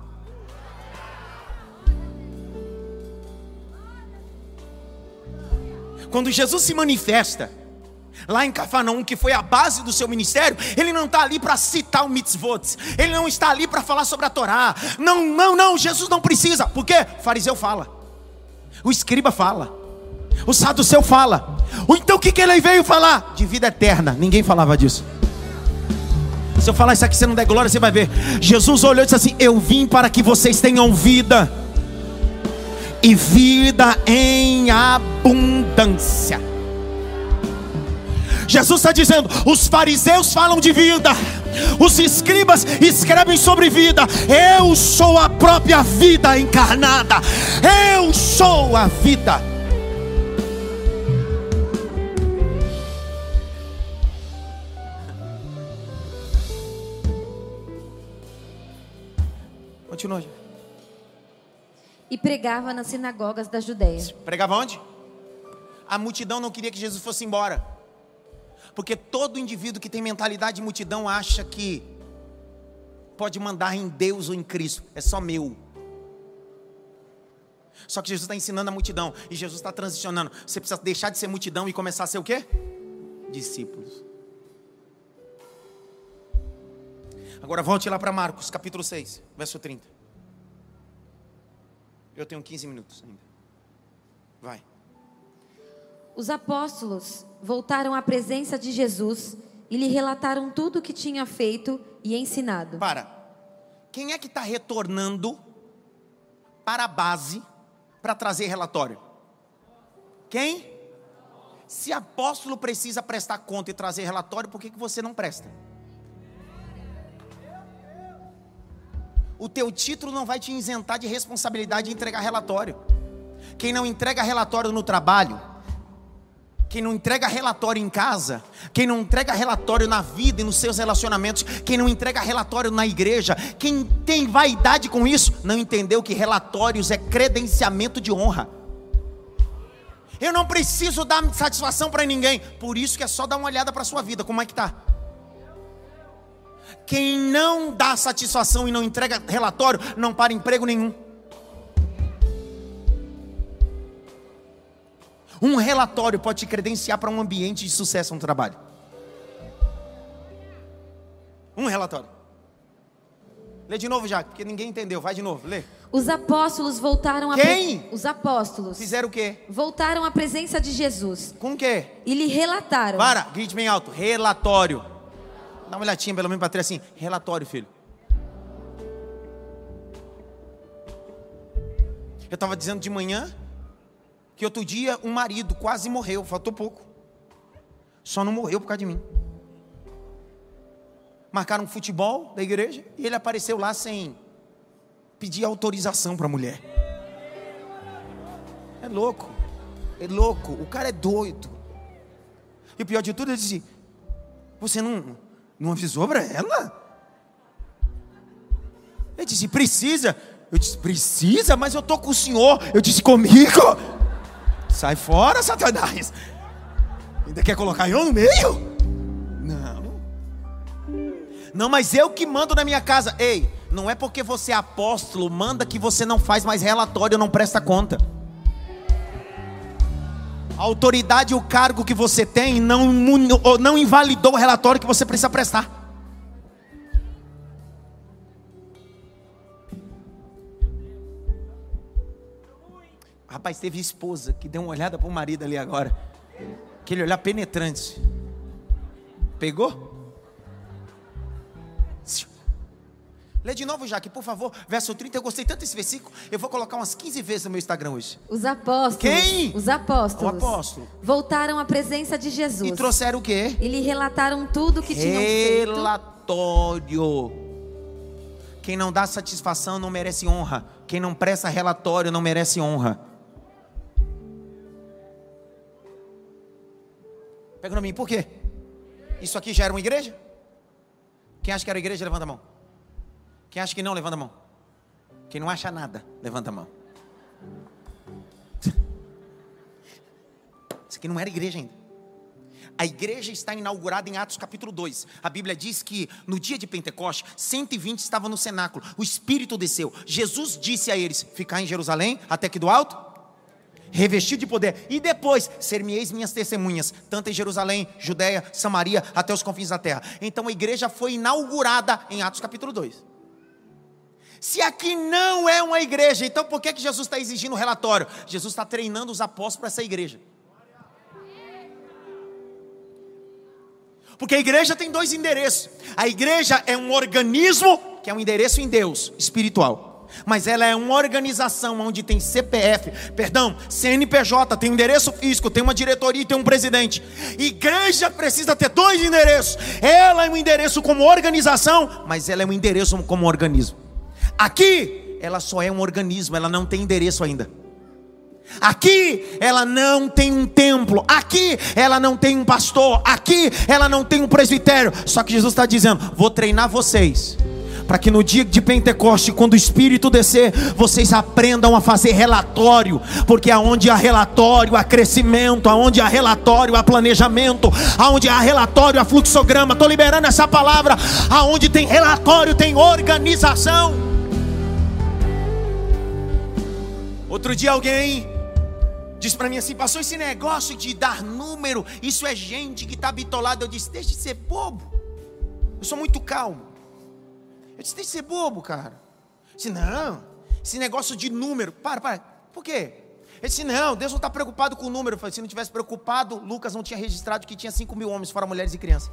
Quando Jesus se manifesta lá em Cafarnaum, que foi a base do seu ministério, Ele não está ali para citar o mitzvot, Ele não está ali para falar sobre a Torá. Não, não, não, Jesus não precisa. Por quê? O fariseu fala, o escriba fala, o saduceu fala. Então o que, que ele veio falar? De vida eterna. Ninguém falava disso. Se eu falar isso aqui, você não der glória, você vai ver. Jesus olhou e disse assim: eu vim para que vocês tenham vida, e vida em abundância. Jesus está dizendo: os fariseus falam de vida, os escribas escrevem sobre vida. Eu sou a própria vida encarnada. Eu sou a vida. Continua. E pregava nas sinagogas da Judéia. Pregava onde? A multidão não queria que Jesus fosse embora, porque todo indivíduo que tem mentalidade de multidão acha que pode mandar em Deus ou em Cristo. É só meu. Só que Jesus está ensinando a multidão, e Jesus está transicionando. Você precisa deixar de ser multidão e começar a ser o quê? Discípulos. Agora volte lá para Marcos, capítulo seis, verso trinta. Eu tenho quinze minutos ainda. Vai. Os apóstolos voltaram à presença de Jesus e lhe relataram tudo o que tinha feito e ensinado. Para. Quem é que está retornando para a base para trazer relatório? Quem? Se apóstolo precisa prestar conta e trazer relatório, por que, que você não presta? O teu título não vai te isentar de responsabilidade de entregar relatório. Quem não entrega relatório no trabalho, quem não entrega relatório em casa, quem não entrega relatório na vida e nos seus relacionamentos, quem não entrega relatório na igreja, quem tem vaidade com isso, não entendeu que relatórios é credenciamento de honra. Eu não preciso dar satisfação para ninguém, por isso que é só dar uma olhada para a sua vida, como é que está. Quem não dá satisfação e não entrega relatório, não para emprego nenhum. Um relatório pode te credenciar para um ambiente de sucesso no trabalho. Um relatório. Lê de novo, Jaque, porque ninguém entendeu. Vai de novo, lê. Os apóstolos voltaram a Quem? Pre... Os apóstolos Fizeram o quê? voltaram à presença de Jesus. Com o quê? E lhe relataram. Para, grite bem alto. Relatório. Dá uma olhadinha pelo menos para trás assim. Relatório, filho. Eu estava dizendo de manhã que outro dia um marido quase morreu, faltou pouco. Só não morreu por causa de mim. Marcaram um futebol da igreja e ele apareceu lá sem pedir autorização para a mulher. É louco. É louco. O cara é doido. E o pior de tudo, ele disse: você não, não avisou para ela? Ele disse: precisa. Eu disse: precisa? Mas eu estou com o senhor. Eu disse: comigo? Sai fora, Satanás. Ainda quer colocar eu no meio? Não. Não, mas eu que mando na minha casa. Ei, não é porque você é apóstolo, manda, que você não faz mais relatório, não presta conta. A autoridade e o cargo que você tem não, não invalidou o relatório que você precisa prestar. Rapaz, teve esposa que deu uma olhada para o marido ali agora. Aquele olhar penetrante. Pegou? Lê de novo, Jaque, por favor, verso trinta. Eu gostei tanto desse versículo, eu vou colocar umas quinze vezes no meu Instagram hoje. Os apóstolos. Quem? Os apóstolos. O apóstolo. Voltaram à presença de Jesus. E trouxeram o quê? E lhe relataram tudo o que tinham feito. Relatório. Quem não dá satisfação não merece honra. Quem não presta relatório não merece honra. Pega no mim, por quê? Isso aqui já era uma igreja? Quem acha que era igreja, levanta a mão. Quem acha que não, levanta a mão. Quem não acha nada, levanta a mão. Isso aqui não era igreja ainda. A igreja está inaugurada em Atos capítulo dois. A Bíblia diz que no dia de Pentecostes, cento e vinte estavam no cenáculo. O Espírito desceu. Jesus disse a eles: ficar em Jerusalém até que do alto, revestido de poder. E depois, ser-me-eis minhas testemunhas, tanto em Jerusalém, Judeia, Samaria, até os confins da terra. Então a igreja foi inaugurada em Atos capítulo dois. Se aqui não é uma igreja, então por que que Jesus está exigindo o relatório? Jesus está treinando os apóstolos para essa igreja. Porque a igreja tem dois endereços. A igreja é um organismo, que é um endereço em Deus, espiritual. Mas ela é uma organização onde tem C P F, perdão, C N P J, tem um endereço físico, tem uma diretoria e tem um presidente. Igreja precisa ter dois endereços. Ela é um endereço como organização, mas ela é um endereço como organismo. Aqui, ela só é um organismo, ela não tem endereço ainda. Aqui, ela não tem um templo. Aqui, ela não tem um pastor. Aqui, ela não tem um presbitério. Só que Jesus está dizendo: vou treinar vocês, para que no dia de Pentecoste, quando o Espírito descer, vocês aprendam a fazer relatório. Porque aonde há relatório, há crescimento. Aonde há relatório, há planejamento. Aonde há relatório, há fluxograma. Estou liberando essa palavra. Aonde tem relatório, tem organização. Outro dia alguém disse para mim assim: pastor, esse negócio de dar número, isso é gente que está bitolada. Eu disse: deixa de ser bobo. Eu sou muito calmo. Eu disse: deixa de ser bobo, cara. Eu disse: não, esse negócio de número, para, para, por quê? Ele disse: não, Deus não está preocupado com o número. Eu falei: se não tivesse preocupado, Lucas não tinha registrado que tinha cinco mil homens, fora mulheres e crianças.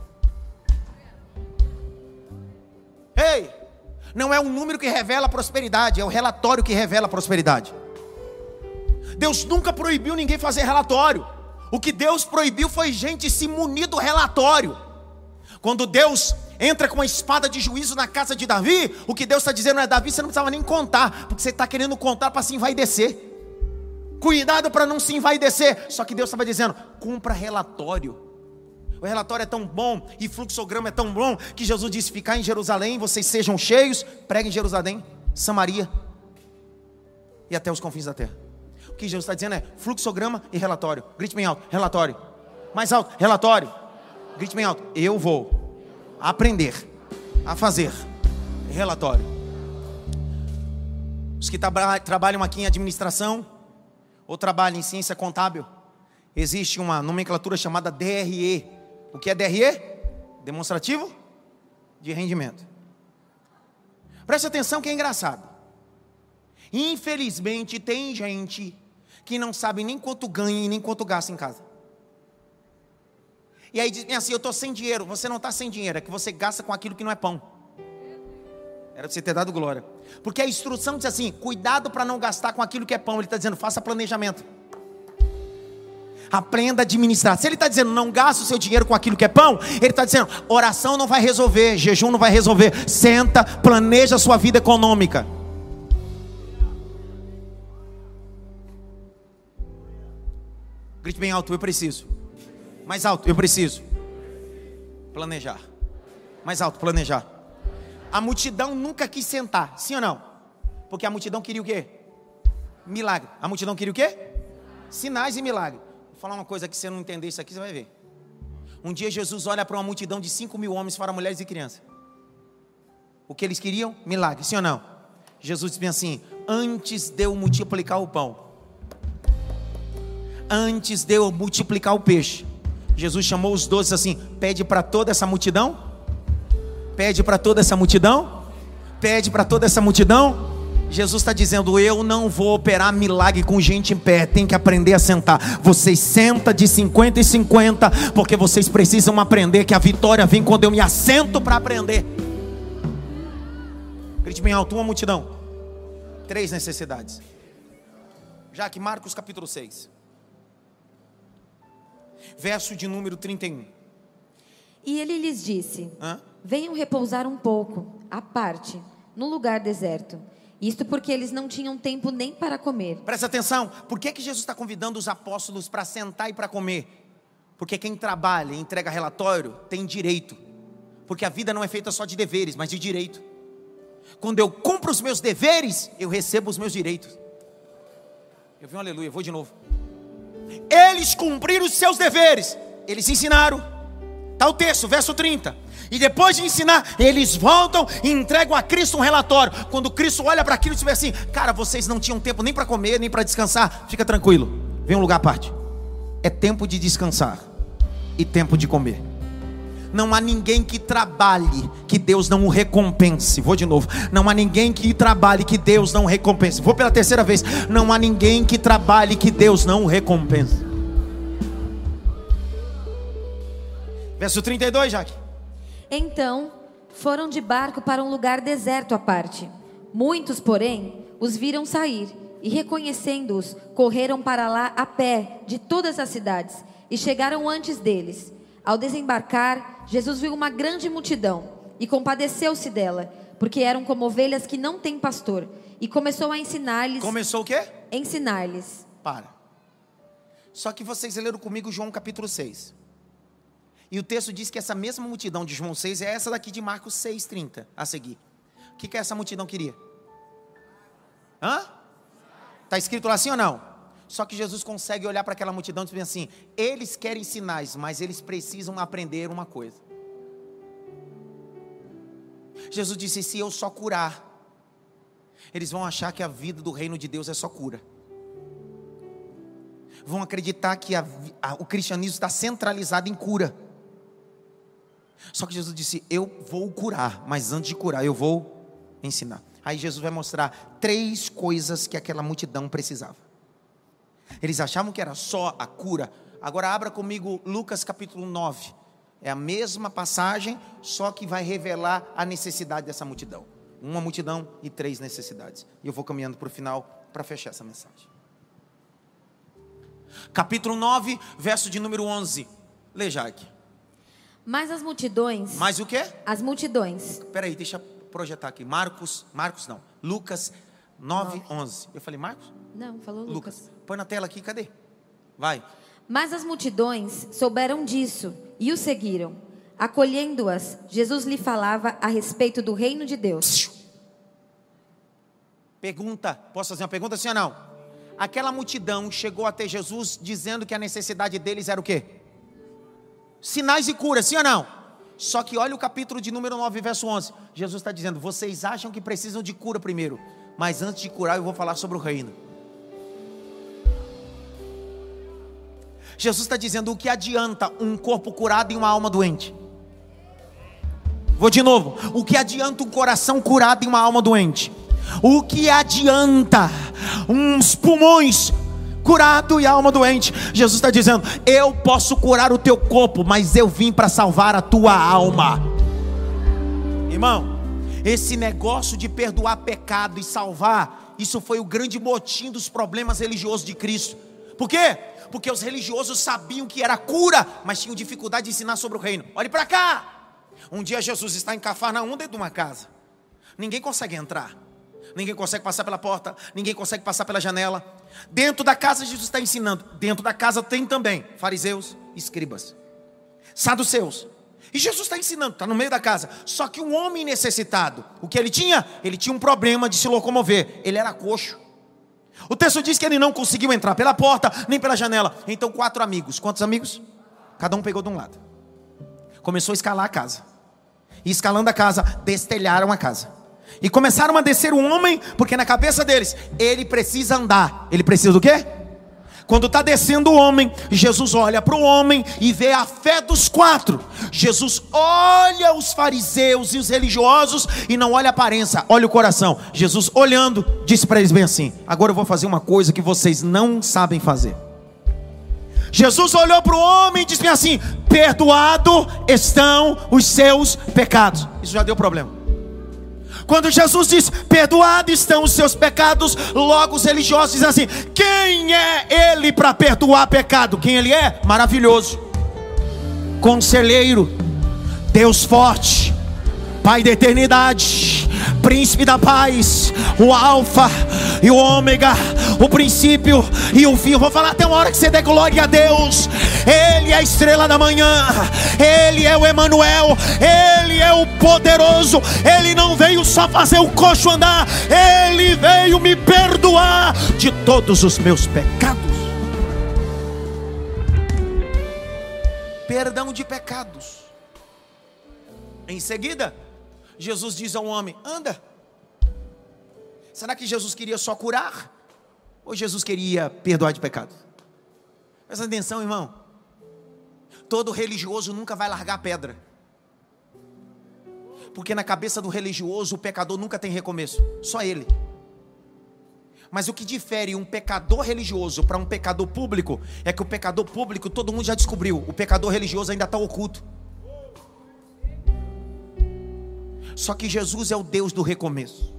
Ei, não é um número que revela a prosperidade, é o relatório que revela a prosperidade. Deus nunca proibiu ninguém fazer relatório. O que Deus proibiu foi gente se munir do relatório. Quando Deus entra com a espada de juízo na casa de Davi, o que Deus está dizendo é: Davi, você não precisava nem contar, porque você está querendo contar para se envaidecer. Cuidado para não se envaidecer. Só que Deus estava dizendo: cumpra relatório. O relatório é tão bom e fluxograma é tão bom que Jesus disse: ficar em Jerusalém, vocês sejam cheios, preguem em Jerusalém, Samaria e até os confins da terra. O que Jesus está dizendo é fluxograma e relatório. Grite bem alto: relatório. Mais alto: relatório. Grite bem alto: eu vou aprender a fazer relatório. Os que tra- trabalham aqui em administração ou trabalham em ciência contábil, existe uma nomenclatura chamada D R E. O que é D R E? Demonstrativo de rendimento. Preste atenção que é engraçado. Infelizmente tem gente que não sabe nem quanto ganha e nem quanto gasta em casa. E aí diz assim: eu estou sem dinheiro. Você não está sem dinheiro, é que você gasta com aquilo que não é pão. Era para você ter dado glória. Porque a instrução diz assim: cuidado para não gastar com aquilo que é pão. Ele está dizendo: faça planejamento. Aprenda a administrar. Se ele está dizendo: não gaste o seu dinheiro com aquilo que é pão, ele está dizendo: oração não vai resolver, jejum não vai resolver. Senta, planeja a sua vida econômica. Grite bem alto, eu preciso. Mais alto, eu preciso. Planejar. Mais alto, planejar. A multidão nunca quis sentar, sim ou não? Porque a multidão queria o quê? Milagre. A multidão queria o quê? Sinais e milagre. Vou falar uma coisa que se você não entender isso aqui, você vai ver. Um dia Jesus olha para uma multidão de cinco mil homens, fora mulheres e crianças. O que eles queriam? Milagre, sim ou não? Jesus diz assim: antes de eu multiplicar o pão, antes de eu multiplicar o peixe, Jesus chamou os doze assim: pede para toda essa multidão, pede para toda essa multidão, pede para toda essa multidão. Jesus está dizendo: eu não vou operar milagre com gente em pé, tem que aprender a sentar. Vocês sentam de cinquenta em cinquenta, porque vocês precisam aprender que a vitória vem quando eu me assento para aprender. Grite bem alto, uma multidão, três necessidades. Já que Marcos capítulo seis, verso de número trinta e um. E ele lhes disse: Hã? venham repousar um pouco, à parte, no lugar deserto. Isto porque eles não tinham tempo nem para comer. Presta atenção, por que que Jesus está convidando os apóstolos para sentar e para comer? Porque quem trabalha e entrega relatório tem direito. Porque a vida não é feita só de deveres, mas de direito. Quando eu cumpro os meus deveres, eu recebo os meus direitos. Eu vi um aleluia, vou de novo. Eles cumpriram os seus deveres, eles ensinaram. Está o texto, verso trinta. E depois de ensinar, eles voltam e entregam a Cristo um relatório. Quando Cristo olha para aquilo e diz assim: cara, vocês não tinham tempo nem para comer, nem para descansar. Fica tranquilo, vem um lugar à parte. É tempo de descansar e tempo de comer. Não há ninguém que trabalhe que Deus não o recompense. Vou de novo. Não há ninguém que trabalhe que Deus não o recompense. Vou pela terceira vez. Não há ninguém que trabalhe que Deus não o recompense. Verso trinta e dois, Jaque. Então foram de barco para um lugar deserto à parte. Muitos, porém, os viram sair e, reconhecendo-os, correram para lá a pé de todas as cidades e chegaram antes deles. Ao desembarcar, Jesus viu uma grande multidão e compadeceu-se dela, porque eram como ovelhas que não têm pastor, e começou a ensinar-lhes. Começou o quê? Ensinar-lhes. Para. Só que vocês leram comigo João capítulo seis. E o texto diz que essa mesma multidão de João seis é essa daqui de Marcos seis, trinta, a seguir. O que que essa multidão queria? Hã? Está escrito lá assim ou não? Só que Jesus consegue olhar para aquela multidão e dizer assim: eles querem sinais, mas eles precisam aprender uma coisa. Jesus disse: se eu só curar, eles vão achar que a vida do reino de Deus é só cura. Vão acreditar que a, a, o cristianismo está centralizado em cura. Só que Jesus disse: eu vou curar, mas antes de curar eu vou ensinar. Aí Jesus vai mostrar três coisas que aquela multidão precisava. Eles achavam que era só a cura. Agora abra comigo Lucas capítulo nove. É a mesma passagem, só que vai revelar a necessidade dessa multidão. Uma multidão e três necessidades. E eu vou caminhando para o final para fechar essa mensagem. Capítulo nove, verso de número onze. Lê, Jaque. Mas as multidões. Mais o quê? As multidões. Espera aí, deixa eu projetar aqui. Marcos, Marcos não. Lucas nove, onze. Eu falei Marcos? Não, falou Lucas. Lucas. Põe na tela aqui, cadê? Vai. Mas as multidões souberam disso e o seguiram. Acolhendo-as, Jesus lhe falava a respeito do reino de Deus. Pergunta, posso fazer uma pergunta sim ou não? Aquela multidão chegou até Jesus dizendo que a necessidade deles era o quê? Sinais e cura, sim ou não? Só que olha o capítulo de número nove, verso onze. Jesus está dizendo: vocês acham que precisam de cura primeiro, mas antes de curar eu vou falar sobre o reino. Jesus está dizendo: o que adianta um corpo curado e uma alma doente? Vou de novo. O que adianta um coração curado e uma alma doente? O que adianta uns pulmões curado e alma doente? Jesus está dizendo: eu posso curar o teu corpo, mas eu vim para salvar a tua alma. Irmão, esse negócio de perdoar pecado e salvar, isso foi o grande motim dos problemas religiosos de Cristo. Por quê? Porque os religiosos sabiam que era cura, mas tinham dificuldade de ensinar sobre o reino. Olhe para cá. Um dia Jesus está em Cafarnaum, dentro de uma casa. Ninguém consegue entrar. Ninguém consegue passar pela porta, ninguém consegue passar pela janela. Dentro da casa Jesus está ensinando. Dentro da casa tem também fariseus, escribas, saduceus. E Jesus está ensinando, está no meio da casa. Só que um homem necessitado, o que ele tinha? Ele tinha um problema de se locomover. Ele era coxo. O texto diz que ele não conseguiu entrar pela porta, nem pela janela. Então quatro amigos, quantos amigos? Cada um pegou de um lado. Começou a escalar a casa. E escalando a casa, destelharam a casa. E começaram a descer o homem, porque na cabeça deles, ele precisa andar. Ele precisa do quê? Quando está descendo o homem, Jesus olha para o homem e vê a fé dos quatro. Jesus olha os fariseus e os religiosos e não olha a aparência, olha o coração. Jesus olhando, disse para eles bem assim: agora eu vou fazer uma coisa que vocês não sabem fazer. Jesus olhou para o homem e disse bem assim: perdoado estão os seus pecados. Isso já deu problema. Quando Jesus diz, perdoados estão os seus pecados, logo os religiosos dizem assim: quem é ele para perdoar pecado? Quem ele é? Maravilhoso, Conselheiro, Deus forte, Pai da eternidade, Príncipe da paz, o Alfa e o Ômega, o princípio e o fim. Eu vou falar até uma hora que você dê glória a Deus. Ele é a estrela da manhã, Ele é o Emanuel, Ele é o poderoso. Ele não veio só fazer o coxo andar, Ele veio me perdoar de todos os meus pecados. Perdão de pecados. Em seguida, Jesus diz ao homem: anda. Será que Jesus queria só curar? Ou Jesus queria perdoar de pecado? Presta atenção, irmão. Todo religioso nunca vai largar a pedra. Porque na cabeça do religioso o pecador nunca tem recomeço. Só ele. Mas o que difere um pecador religioso para um pecador público é que o pecador público todo mundo já descobriu. O pecador religioso ainda está oculto. Só que Jesus é o Deus do recomeço.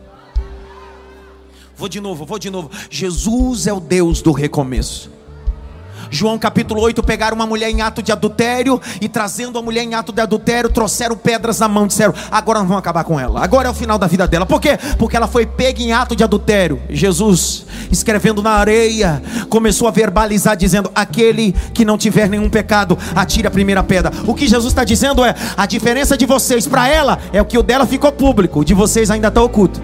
Vou de novo, vou de novo. Jesus é o Deus do recomeço. João capítulo oito, pegaram uma mulher em ato de adultério e trazendo a mulher em ato de adultério, trouxeram pedras na mão, disseram: agora nós vamos acabar com ela, agora é o final da vida dela. Por quê? Porque ela foi pega em ato de adultério. Jesus, escrevendo na areia, começou a verbalizar dizendo: aquele que não tiver nenhum pecado, atire a primeira pedra. O que Jesus está dizendo é: a diferença de vocês para ela é o que o dela ficou público, o de vocês ainda está oculto.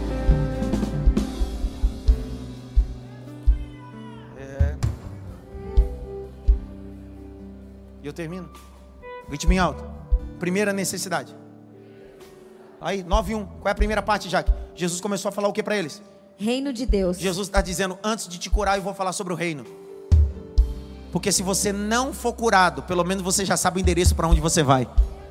E eu termino. Ritmo em alto. Primeira necessidade. Aí, nove um. Qual é a primeira parte, Jaque? Jesus começou a falar o que para eles? Reino de Deus. Jesus está dizendo: antes de te curar eu vou falar sobre o reino. Porque se você não for curado, pelo menos você já sabe o endereço para onde você vai.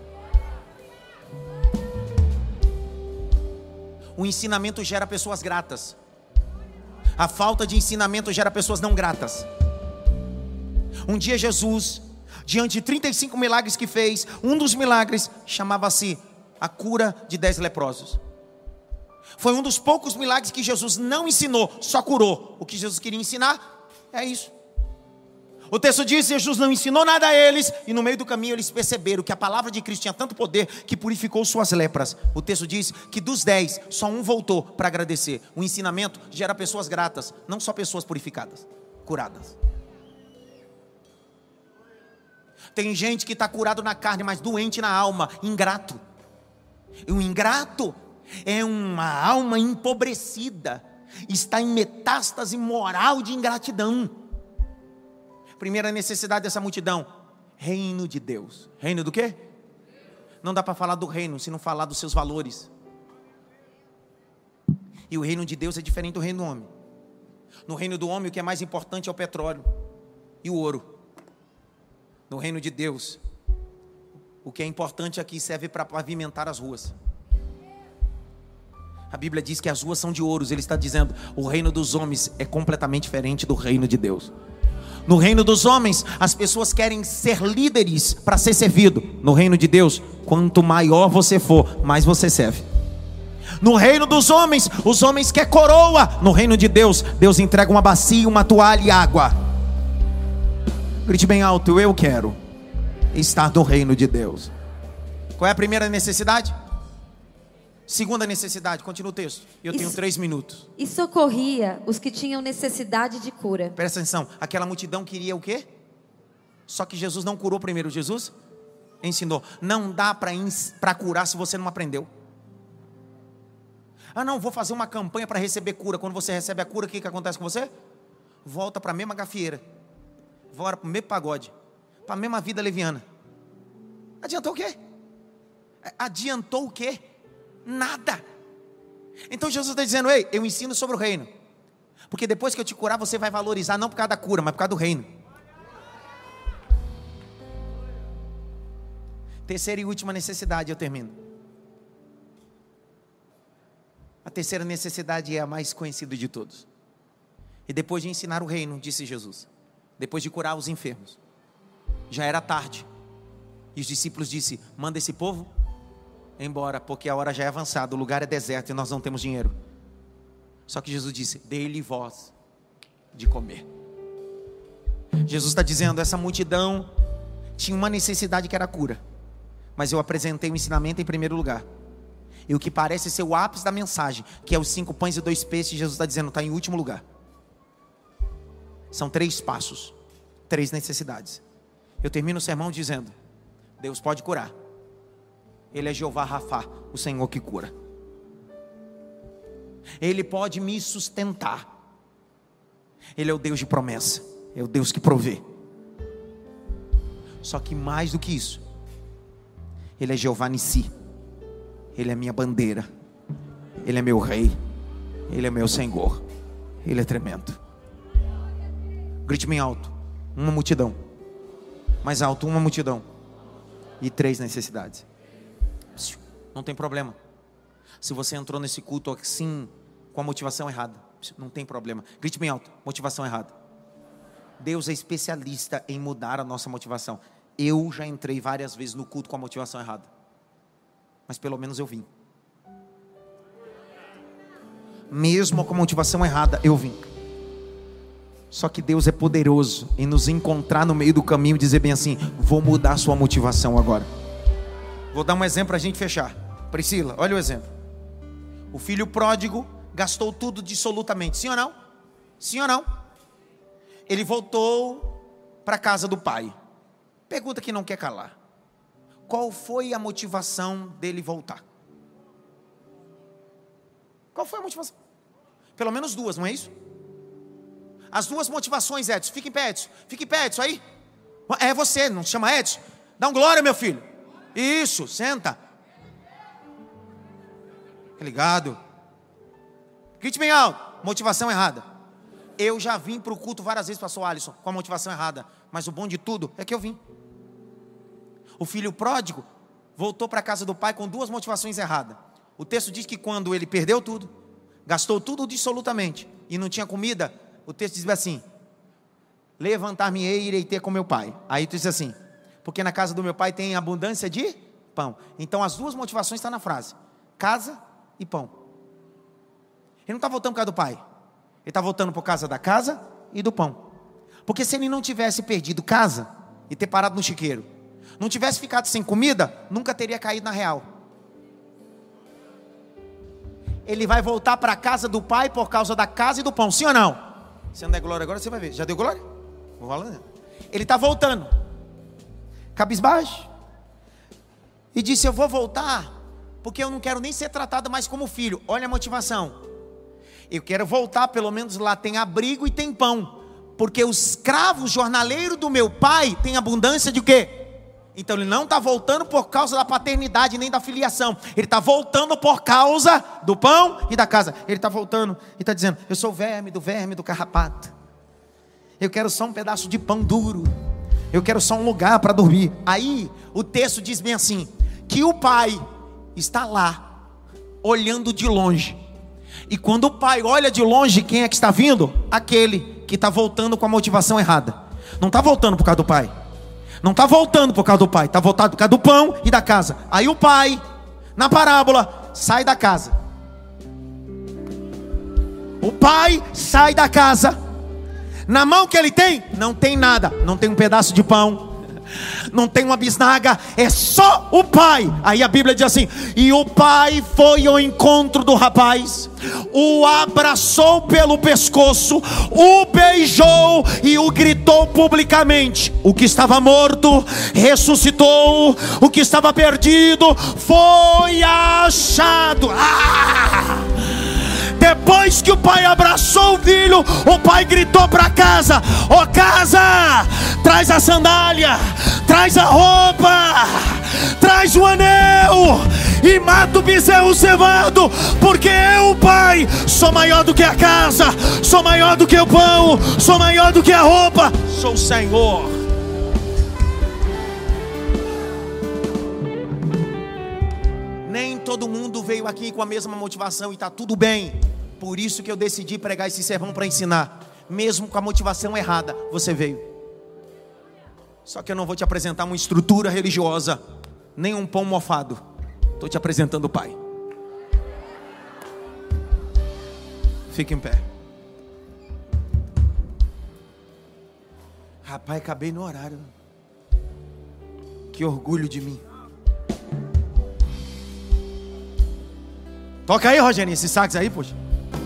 O ensinamento gera pessoas gratas. A falta de ensinamento gera pessoas não gratas. Um dia Jesus, diante de trinta e cinco milagres que fez, um dos milagres chamava-se a cura de dez leprosos. Foi um dos poucos milagres que Jesus não ensinou, só curou. O que Jesus queria ensinar é isso. O texto diz que Jesus não ensinou nada a eles, e no meio do caminho eles perceberam que a palavra de Cristo tinha tanto poder que purificou suas lepras. O texto diz que dos dez, só um voltou para agradecer. O ensinamento gera pessoas gratas, não só pessoas purificadas, curadas. Tem gente que está curado na carne, mas doente na alma, ingrato. E o ingrato é uma alma empobrecida, está em metástase moral de ingratidão. Primeira necessidade dessa multidão: reino de Deus. Reino do quê? Não dá para falar do reino se não falar dos seus valores. E o reino de Deus é diferente do reino do homem. No reino do homem o que é mais importante é o petróleo e o ouro. No reino de Deus, o que é importante aqui serve para pavimentar as ruas. A Bíblia diz que as ruas são de ouros. Ele está dizendo: o reino dos homens é completamente diferente do reino de Deus. No reino dos homens, as pessoas querem ser líderes para ser servido. No reino de Deus, quanto maior você for, mais você serve. No reino dos homens, os homens querem coroa. No reino de Deus, Deus entrega uma bacia, uma toalha e água. Grite bem alto: eu quero estar no reino de Deus. Qual é a primeira necessidade? Segunda necessidade, continua o texto. Eu tenho Isso. três minutos. E socorria os que tinham necessidade de cura. Presta atenção, aquela multidão queria o quê? Só que Jesus não curou primeiro, Jesus ensinou. Não dá para curar se você não aprendeu. Ah não, vou fazer uma campanha para receber cura. Quando você recebe a cura, o que, que acontece com você? Volta para a mesma gafieira, volta para o mesmo pagode, para a mesma vida leviana. Adiantou o quê? Adiantou o quê? Nada. Então Jesus está dizendo: ei, eu ensino sobre o reino, porque depois que eu te curar, você vai valorizar, não por causa da cura, mas por causa do reino. Terceira e última necessidade, eu termino. A terceira necessidade é a mais conhecida de todos. E depois de ensinar o reino, disse Jesus, depois de curar os enfermos, já era tarde, e os discípulos disseram: manda esse povo embora, porque a hora já é avançada, o lugar é deserto e nós não temos dinheiro. Só que Jesus disse: dê-lhe voz de comer. Jesus está dizendo: essa multidão tinha uma necessidade que era a cura, mas eu apresentei o ensinamento em primeiro lugar. E o que parece ser o ápice da mensagem, que é os cinco pães e dois peixes, Jesus está dizendo, está em último lugar. São três passos, três necessidades. Eu termino o sermão dizendo: Deus pode curar. Ele é Jeová Rafá, o Senhor que cura. Ele pode me sustentar. Ele é o Deus de promessa, é o Deus que provê. Só que mais do que isso, Ele é Jeová Nissi. Ele é minha bandeira, Ele é meu rei, Ele é meu Senhor, Ele é tremendo. Grite bem alto: uma multidão. Mais alto: uma multidão. E três necessidades. Não tem problema se você entrou nesse culto assim, com a motivação errada. Não tem problema. Grite bem alto: motivação errada. Deus é especialista em mudar a nossa motivação. Eu já entrei várias vezes no culto com a motivação errada, mas pelo menos eu vim. Mesmo com a motivação errada, eu vim. Só que Deus é poderoso em nos encontrar no meio do caminho e dizer bem assim: vou mudar a sua motivação agora. Vou dar um exemplo para a gente fechar. Priscila, olha o exemplo. O filho pródigo gastou tudo dissolutamente, sim ou não? Sim ou não? Ele voltou para a casa do pai. Pergunta que não quer calar: qual foi a motivação dele voltar? Qual foi a motivação? Pelo menos duas, não é isso? As duas motivações, Edson. Fica em pé, Edson. Fica em pé, Edson, aí. É você, não se chama Edson? Dá um glória, meu filho. Isso, senta. Ligado. Grite bem alto: motivação errada. Eu já vim para o culto várias vezes, pastor Alisson, com a motivação errada. Mas o bom de tudo é que eu vim. O filho pródigo voltou para a casa do pai com duas motivações erradas. O texto diz que quando ele perdeu tudo, gastou tudo dissolutamente, e não tinha comida, o texto diz assim: levantar-me-ei e irei ter com meu pai. Aí tu diz assim: porque na casa do meu pai tem abundância de pão. Então as duas motivações estão na frase: casa e pão. Ele não está voltando por causa do pai, ele está voltando por causa da casa e do pão. Porque se ele não tivesse perdido casa e ter parado no chiqueiro, não tivesse ficado sem comida, nunca teria caído na real. Ele vai voltar para a casa do pai por causa da casa e do pão, sim ou não? Se não der glória agora, você vai ver. Já deu glória? Vou falando. Ele está voltando, cabisbaixo, e disse: eu vou voltar porque eu não quero nem ser tratado mais como filho. Olha a motivação: eu quero voltar, pelo menos lá tem abrigo e tem pão, porque os escravos jornaleiros do meu pai têm abundância de quê? Então ele não está voltando por causa da paternidade nem da filiação, ele está voltando por causa do pão e da casa. Ele está voltando e está dizendo: eu sou o verme do verme do carrapato, eu quero só um pedaço de pão duro, eu quero só um lugar para dormir. Aí o texto diz bem assim, que o pai está lá olhando de longe, e quando o pai olha de longe, quem é que está vindo? Aquele que está voltando com a motivação errada. Não está voltando por causa do pai, não está voltando por causa do pai, está voltando por causa do pão e da casa. Aí o pai, na parábola, sai da casa. O pai sai da casa. Na mão que ele tem, não tem nada. Não tem um pedaço de pão, não tem uma bisnaga, é só o pai. Aí a Bíblia diz assim: e o pai foi ao encontro do rapaz, o abraçou pelo pescoço, o beijou e o gritou publicamente. O que estava morto ressuscitou, o que estava perdido foi achado. Ah! Depois que o pai abraçou o filho, o pai gritou para casa: ô oh, casa, traz a sandália, traz a roupa, traz o anel e mata o bezerro cevado, porque eu, pai, sou maior do que a casa, sou maior do que o pão, sou maior do que a roupa, sou o Senhor. Nem todo mundo veio aqui com a mesma motivação e está tudo bem. Por isso que eu decidi pregar esse sermão para ensinar. Mesmo com a motivação errada, você veio. Só que eu não vou te apresentar uma estrutura religiosa, nem um pão mofado. Estou te apresentando o Pai. Fique em pé. Rapaz, acabei no horário. Que orgulho de mim. Toca aí, Rogerinho, esse sax aí, poxa.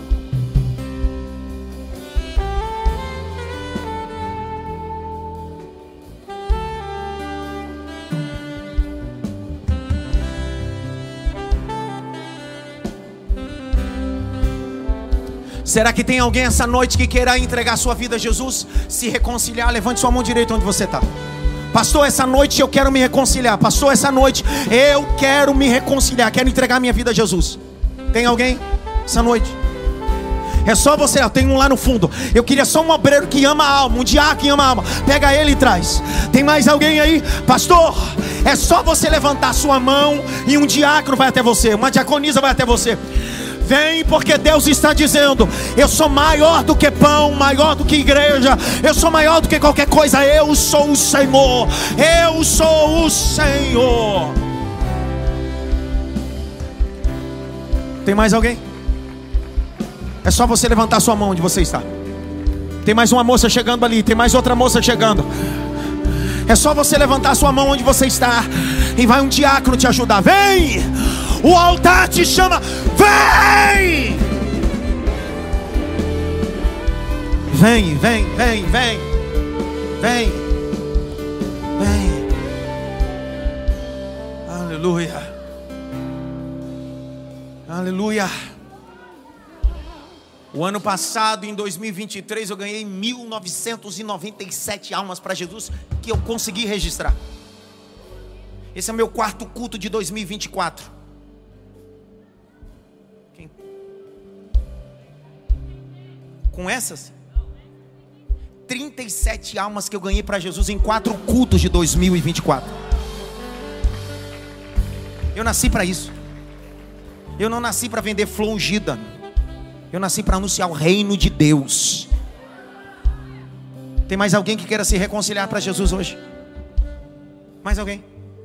Será que tem alguém essa noite que queira entregar sua vida a Jesus? Se reconciliar, levante sua mão direita onde você está. Pastor, essa noite eu quero me reconciliar. Pastor, essa noite eu quero me reconciliar, quero entregar minha vida a Jesus. Tem alguém essa noite? É só você, tem um lá no fundo. Eu queria só um obreiro que ama a alma, um diácono que ama a alma. Pega ele e traz. Tem mais alguém aí? Pastor, é só você levantar sua mão e um diácono vai até você, uma diaconisa vai até você. Vem, porque Deus está dizendo: eu sou maior do que pão, maior do que igreja, eu sou maior do que qualquer coisa. Eu sou o Senhor, eu sou o Senhor. Tem mais alguém? É só você levantar sua mão onde você está. Tem mais uma moça chegando ali, tem mais outra moça chegando. É só você levantar sua mão onde você está e vai um diácono te ajudar. Vem! O altar te chama. Vem! Vem, vem, vem, vem. Vem. Vem. Aleluia. Aleluia. O ano passado, em dois mil e vinte e três, eu ganhei mil novecentos e noventa e sete almas para Jesus, que eu consegui registrar. Esse é o meu quarto culto de dois mil e vinte e quatro. Quem? Com essas trinta e sete almas que eu ganhei para Jesus em quatro cultos de dois mil e vinte e quatro. Eu nasci para isso. Eu não nasci para vender flor ungida. Eu nasci para anunciar o reino de Deus. Tem mais alguém que queira se reconciliar para Jesus hoje? Mais alguém?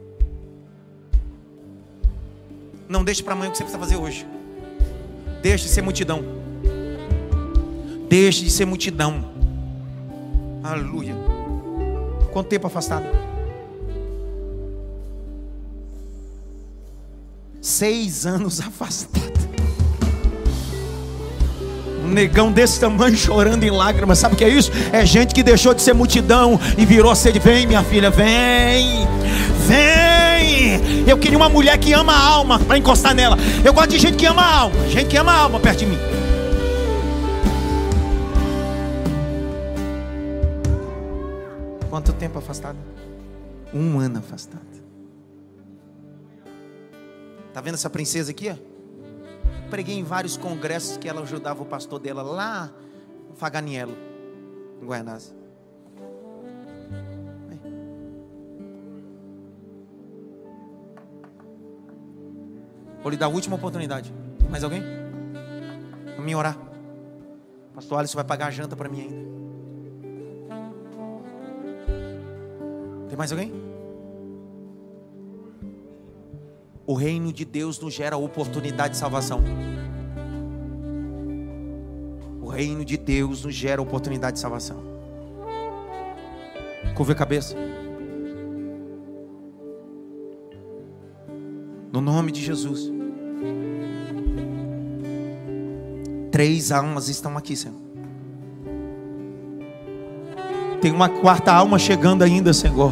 Não deixe para amanhã o que você precisa fazer hoje. Deixe de ser multidão. Deixe de ser multidão. Aleluia. Quanto tempo afastado? Seis anos afastado. Um negão desse tamanho chorando em lágrimas. Sabe o que é isso? É gente que deixou de ser multidão e virou sede. Vem, minha filha, vem. Vem. Eu queria uma mulher que ama a alma para encostar nela. Eu gosto de gente que ama a alma. Gente que ama a alma perto de mim. Quanto tempo afastado? Um ano afastado. Tá vendo essa princesa aqui, ó? Preguei em vários congressos que ela ajudava o pastor dela lá no Faganiello, em Guaianazes. Vou lhe dar a última oportunidade. Mais alguém? Vamos me orar. Pastor Alisson vai pagar a janta para mim ainda. Tem mais alguém? O reino de Deus nos gera oportunidade de salvação. O reino de Deus nos gera oportunidade de salvação. Curva a cabeça. No nome de Jesus. Três almas estão aqui, Senhor. Tem uma quarta alma chegando ainda, Senhor.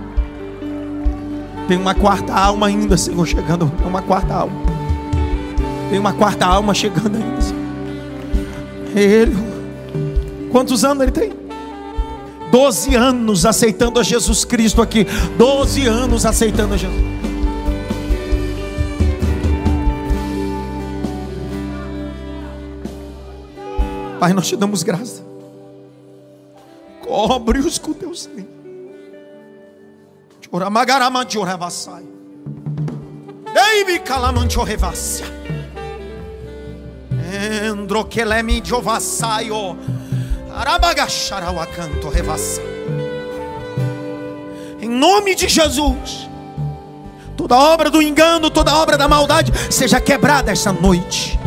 Tem uma quarta alma ainda, Senhor, chegando. Tem uma quarta alma. Tem uma quarta alma chegando ainda, Senhor. Ele. Quantos anos ele tem? Doze anos aceitando a Jesus Cristo aqui. Doze anos aceitando a Jesus. Pai, nós te damos graça. Cobre-os com teu sangue. Choramagaramantiorevassai. Dei-me calamantiorevácia. Endroquelemi diovassaio. Arabagacharauacanto revassa. Em nome de Jesus, toda obra do engano, toda obra da maldade seja quebrada esta noite.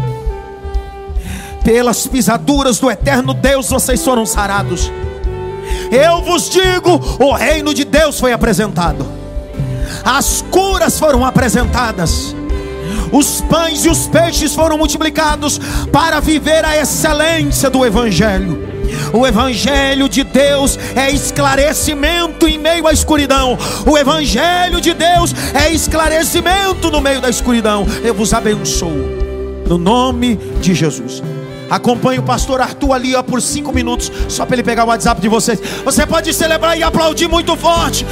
Pelas pisaduras do eterno Deus vocês foram sarados. Eu vos digo, o reino de Deus foi apresentado. As curas foram apresentadas. Os pães e os peixes foram multiplicados para viver a excelência do Evangelho. O Evangelho de Deus é esclarecimento em meio à escuridão. O Evangelho de Deus é esclarecimento no meio da escuridão. Eu vos abençoo no nome de Jesus. Acompanhe o pastor Arthur ali ó, por cinco minutos, só para ele pegar o WhatsApp de vocês. Você pode celebrar e aplaudir muito forte.